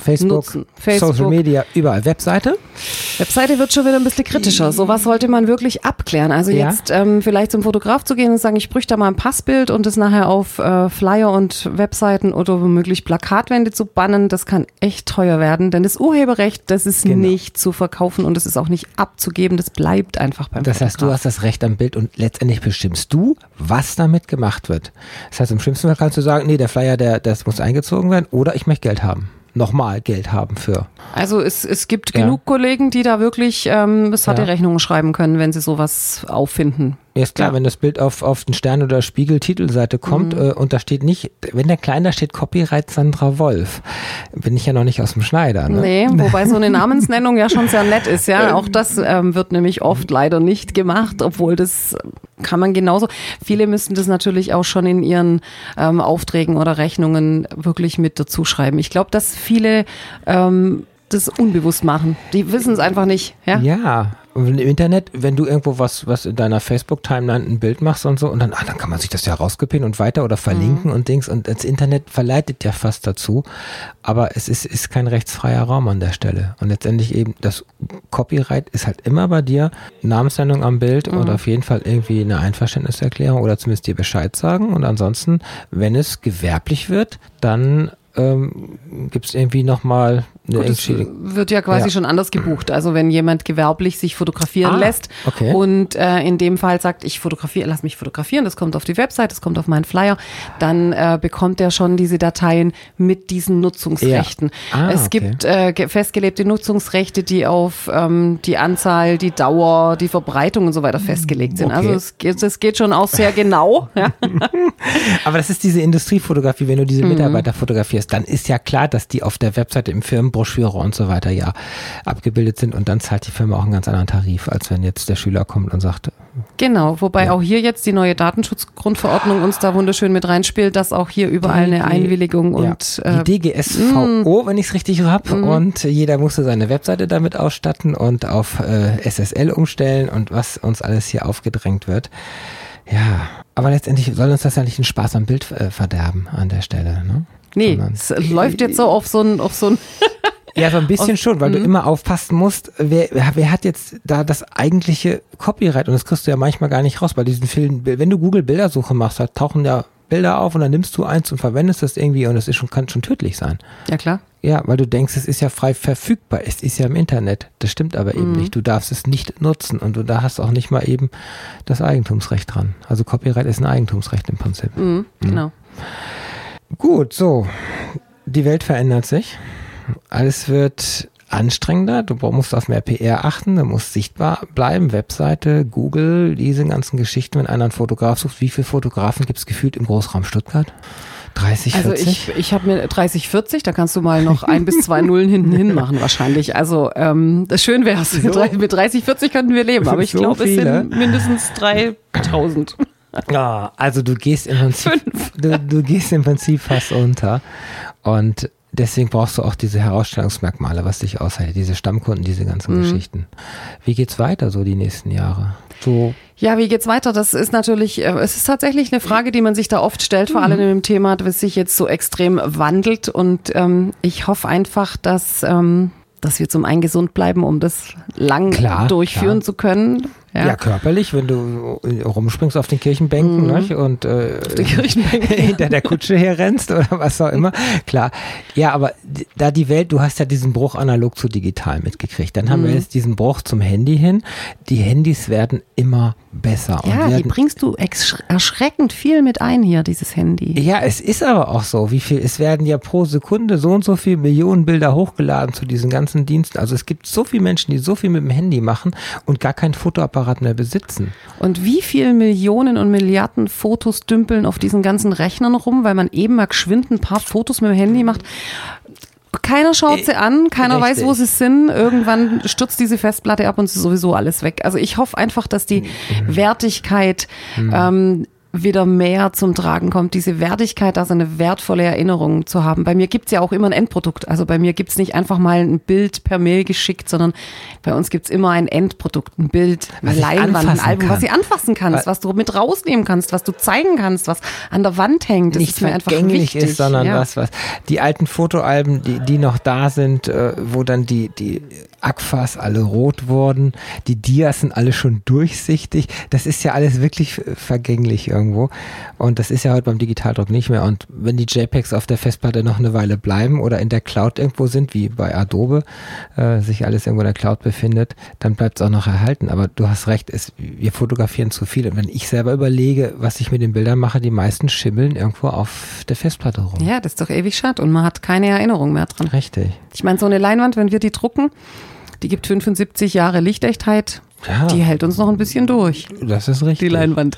Facebook, nutzen. Facebook, Social Media, überall. Webseite? Webseite wird schon wieder ein bisschen kritischer. Sowas sollte man wirklich abklären. Also Ja. jetzt ähm, vielleicht zum Fotograf zu gehen und sagen, ich bräuchte da mal ein Passbild und das nachher auf äh, Flyer und Webseiten oder womöglich Plakatwände zu bannen, das kann echt teuer werden. Denn das Urheberrecht, das ist Genau. nicht zu verkaufen und das ist auch nicht abzugeben. Das bleibt einfach beim Das heißt, du Fotograf. hast das Recht am Bild und letztendlich bestimmst du, was damit gemacht wird. Das heißt, im schlimmsten Fall kannst du sagen, nee, der Flyer, der, das muss eingezogen werden oder ich möchte Geld haben. Nochmal Geld haben für. Also es, es gibt Ja. genug Kollegen, die da wirklich ähm, satte Ja. Rechnungen schreiben können, wenn sie sowas auffinden. Ja, ist klar, Ja. wenn das Bild auf, auf den Stern- oder Spiegel-Titelseite kommt äh, und da steht nicht, wenn der klein da steht Copyright Sandra Wolf, bin ich ja noch nicht aus dem Schneider. Ne? Nee, wobei so eine Namensnennung ja schon sehr nett ist, ja. Auch das ähm, wird nämlich oft leider nicht gemacht, obwohl das kann man genauso. Viele müssen das natürlich auch schon in ihren ähm, Aufträgen oder Rechnungen wirklich mit dazu schreiben. Ich glaube, dass viele ähm, das unbewusst machen. Die wissen es einfach nicht, ja. Ja, und im Internet, wenn du irgendwo was, was in deiner Facebook-Timeline ein Bild machst und so, und dann, ah, dann kann man sich das ja rauskopieren und weiter oder verlinken Mhm. und Dings. Und das Internet verleitet ja fast dazu. Aber es ist, ist kein rechtsfreier Raum an der Stelle. Und letztendlich eben, das Copyright ist halt immer bei dir. Namensnennung am Bild Mhm. oder auf jeden Fall irgendwie eine Einverständniserklärung oder zumindest dir Bescheid sagen. Und ansonsten, wenn es gewerblich wird, dann ähm, gibt es irgendwie nochmal eine Gut, das Entschädigung. wird ja quasi Ja. schon anders gebucht. Also wenn jemand gewerblich sich fotografieren Ah, lässt okay. und äh, in dem Fall sagt, ich fotografiere, lass mich fotografieren, das kommt auf die Website, das kommt auf meinen Flyer, dann äh, bekommt er schon diese Dateien mit diesen Nutzungsrechten. Ja. Ah, es okay. gibt äh, ge- festgelegte Nutzungsrechte, die auf ähm, die Anzahl, die Dauer, die Verbreitung und so weiter festgelegt sind. Okay. Also es geht, es geht schon auch sehr genau. Ja. Aber das ist diese Industriefotografie, wenn du diese Mitarbeiter fotografierst, dann ist ja klar, dass die auf der Webseite im Firmenbroschüre und so weiter ja abgebildet sind und dann zahlt die Firma auch einen ganz anderen Tarif, als wenn jetzt der Schüler kommt und sagt, Genau, wobei Ja. auch hier jetzt die neue Datenschutzgrundverordnung uns da wunderschön mit reinspielt, dass auch hier überall eine Die- Einwilligung ja, und äh, die D G S V O, wenn ich es richtig habe, und jeder musste seine Webseite damit ausstatten und auf äh, S S L umstellen und was uns alles hier aufgedrängt wird. Ja, aber letztendlich soll uns das ja nicht den Spaß am Bild äh, verderben an der Stelle, ne? nee, Sondern- es läuft jetzt so auf so ein, auf so ein Ja, so ein bisschen Aus- schon, weil du immer aufpassen musst, wer, wer hat jetzt da das eigentliche Copyright und das kriegst du ja manchmal gar nicht raus bei diesen vielen, wenn du Google Bildersuche machst, da tauchen ja Bilder auf und dann nimmst du eins und verwendest das irgendwie und es ist schon, kann schon tödlich sein. Ja klar. Ja, weil du denkst, es ist ja frei verfügbar, es ist ja im Internet. Das stimmt aber eben nicht. Du darfst es nicht nutzen und du da hast auch nicht mal eben das Eigentumsrecht dran. Also Copyright ist ein Eigentumsrecht im Prinzip. Mhm, genau. Gut, so. Die Welt verändert sich. Alles wird anstrengender. Du musst auf mehr P R achten. Du musst sichtbar bleiben. Webseite, Google, diese ganzen Geschichten. Wenn einer einen Fotograf sucht, wie viele Fotografen gibt es gefühlt im Großraum Stuttgart? dreißig, Also vierzig? ich, ich habe mir dreißig, vierzig, da kannst du mal noch ein bis zwei Nullen hinten hin machen wahrscheinlich. Also ähm, das schön wäre es. Mit dreißig, vierzig könnten wir leben, aber ich So glaube, es viele? sind mindestens dreitausend. Ja, also du gehst im Prinzip, du, du gehst im Prinzip fast unter. Und deswegen brauchst du auch diese Herausstellungsmerkmale, was dich aushält, diese Stammkunden, diese ganzen Mhm. Geschichten. Wie geht's weiter so die nächsten Jahre? So, Ja, wie geht's weiter? Das ist natürlich, äh, es ist tatsächlich eine Frage, die man sich da oft stellt, vor allem im Thema, das sich jetzt so extrem wandelt. Und ähm, ich hoffe einfach, dass, ähm, dass wir zum einen gesund bleiben, um das lang Klar, durchführen klar. zu können. ja. körperlich, wenn du rumspringst auf den Kirchenbänken, Mhm. nicht? Und äh, Die Kirchenbänke. hinter der Kutsche herrennst oder was auch immer. Klar. Ja, aber d- da die Welt, du hast ja diesen Bruch analog zu digital mitgekriegt. Dann haben wir jetzt diesen Bruch zum Handy hin. Die Handys werden immer besser. Ja, und die werden, bringst du ex- erschreckend viel mit ein hier, dieses Handy. ja, es ist aber auch so, wie viel, es werden ja pro Sekunde so und so viele Millionen Bilder hochgeladen zu diesen ganzen Diensten. Also es gibt so viele Menschen, die so viel mit dem Handy machen und gar keinen Fotoapparat mehr besitzen. Und wie viele Millionen und Milliarden Fotos dümpeln auf diesen ganzen Rechnern rum, weil man eben mal geschwind ein paar Fotos mit dem Handy macht. Keiner schaut sie an, keiner Richtig. weiß, wo sie sind. Irgendwann stürzt diese Festplatte ab und es ist sowieso alles weg. Also ich hoffe einfach, dass die Wertigkeit ähm, wieder mehr zum Tragen kommt, diese Wertigkeit, also eine wertvolle Erinnerung zu haben. Bei mir gibt's ja auch immer ein Endprodukt. Also bei mir gibt's nicht einfach mal ein Bild per Mail geschickt, sondern bei uns gibt's immer ein Endprodukt, ein Bild, eine Leinwand, ein Album, kann. was du anfassen kannst, was du mit rausnehmen kannst, was du zeigen kannst, was an der Wand hängt. Das nicht ist mir einfach vergänglich wichtig. ist, sondern ja. was, was. Die alten Fotoalben, die, die noch da sind, äh, wo dann die, die A G F As alle rot wurden, die Dias sind alle schon durchsichtig. Das ist ja alles wirklich vergänglich irgendwo. Und das ist ja heute beim Digitaldruck nicht mehr. Und wenn die JPEGs auf der Festplatte noch eine Weile bleiben oder in der Cloud irgendwo sind, wie bei Adobe, äh, sich alles irgendwo in der Cloud befindet, dann bleibt es auch noch erhalten. Aber du hast recht, es, wir fotografieren zu viel. Und wenn ich selber überlege, was ich mit den Bildern mache, die meisten schimmeln irgendwo auf der Festplatte rum. Ja, das ist doch ewig schade. Und man hat keine Erinnerung mehr dran. Richtig. Ich meine, so eine Leinwand, wenn wir die drucken, die gibt fünfundsiebzig Jahre Lichtechtheit. Ja. Die hält uns noch ein bisschen durch. Das ist richtig. Die Leinwand.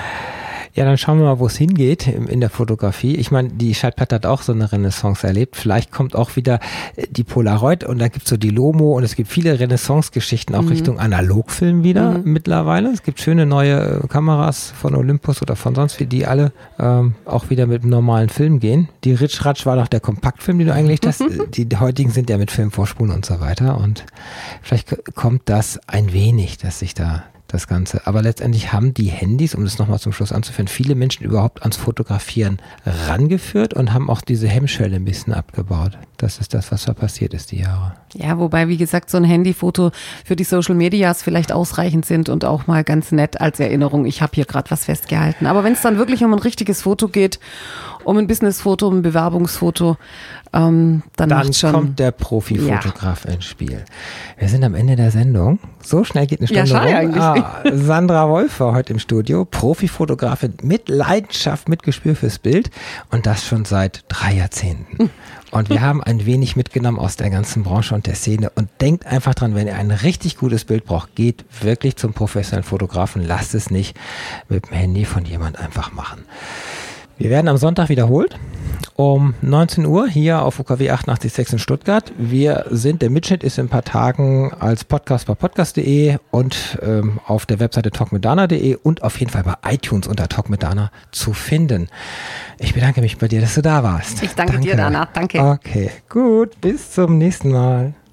Ja, dann schauen wir mal, wo es hingeht in der Fotografie. Ich meine, die Schallplatte hat auch so eine Renaissance erlebt. Vielleicht kommt auch wieder die Polaroid und da gibt es so die Lomo und es gibt viele Renaissance-Geschichten auch mhm. Richtung Analogfilm wieder mhm. mittlerweile. Es gibt schöne neue Kameras von Olympus oder von sonst wie, die alle ähm, auch wieder mit einem normalen Film gehen. Die Ritsch Ratsch war noch der Kompaktfilm, den du eigentlich hast. Die heutigen sind ja mit Filmvorspulen und so weiter und vielleicht kommt das ein wenig, dass sich da das Ganze. Aber letztendlich haben die Handys, um das nochmal zum Schluss anzuführen, viele Menschen überhaupt ans Fotografieren rangeführt und haben auch diese Hemmschwelle ein bisschen abgebaut. Das ist das, was da passiert ist die Jahre. Ja, wobei, wie gesagt, so ein Handyfoto für die Social Medias vielleicht ausreichend sind und auch mal ganz nett als Erinnerung, ich habe hier gerade was festgehalten. Aber wenn es dann wirklich um ein richtiges Foto geht, um ein Businessfoto, um ein Bewerbungsfoto, ähm, dann, dann schon, kommt der Profifotograf ja. ins Spiel. Wir sind am Ende der Sendung. So schnell geht eine Stunde ja, schade rum. Eigentlich. Ah, Sandra Wolf war heute im Studio, Profifotografin mit Leidenschaft, mit Gespür fürs Bild und das schon seit drei Jahrzehnten. Und wir haben ein wenig mitgenommen aus der ganzen Branche und der Szene und denkt einfach dran, wenn ihr ein richtig gutes Bild braucht, geht wirklich zum professionellen Fotografen, lasst es nicht mit dem Handy von jemand einfach machen. Wir werden am Sonntag wiederholt um neunzehn Uhr hier auf U K W achtundachtzig Komma sechs in Stuttgart. Wir sind, der Mitschnitt ist in ein paar Tagen als Podcast bei podcast punkt de und ähm, auf der Webseite talk mit dana punkt de und auf jeden Fall bei iTunes unter Talk mit Dana zu finden. Ich bedanke mich bei dir, dass du da warst. Ich danke, danke. dir, Dana. Danke. Okay, gut. Bis zum nächsten Mal.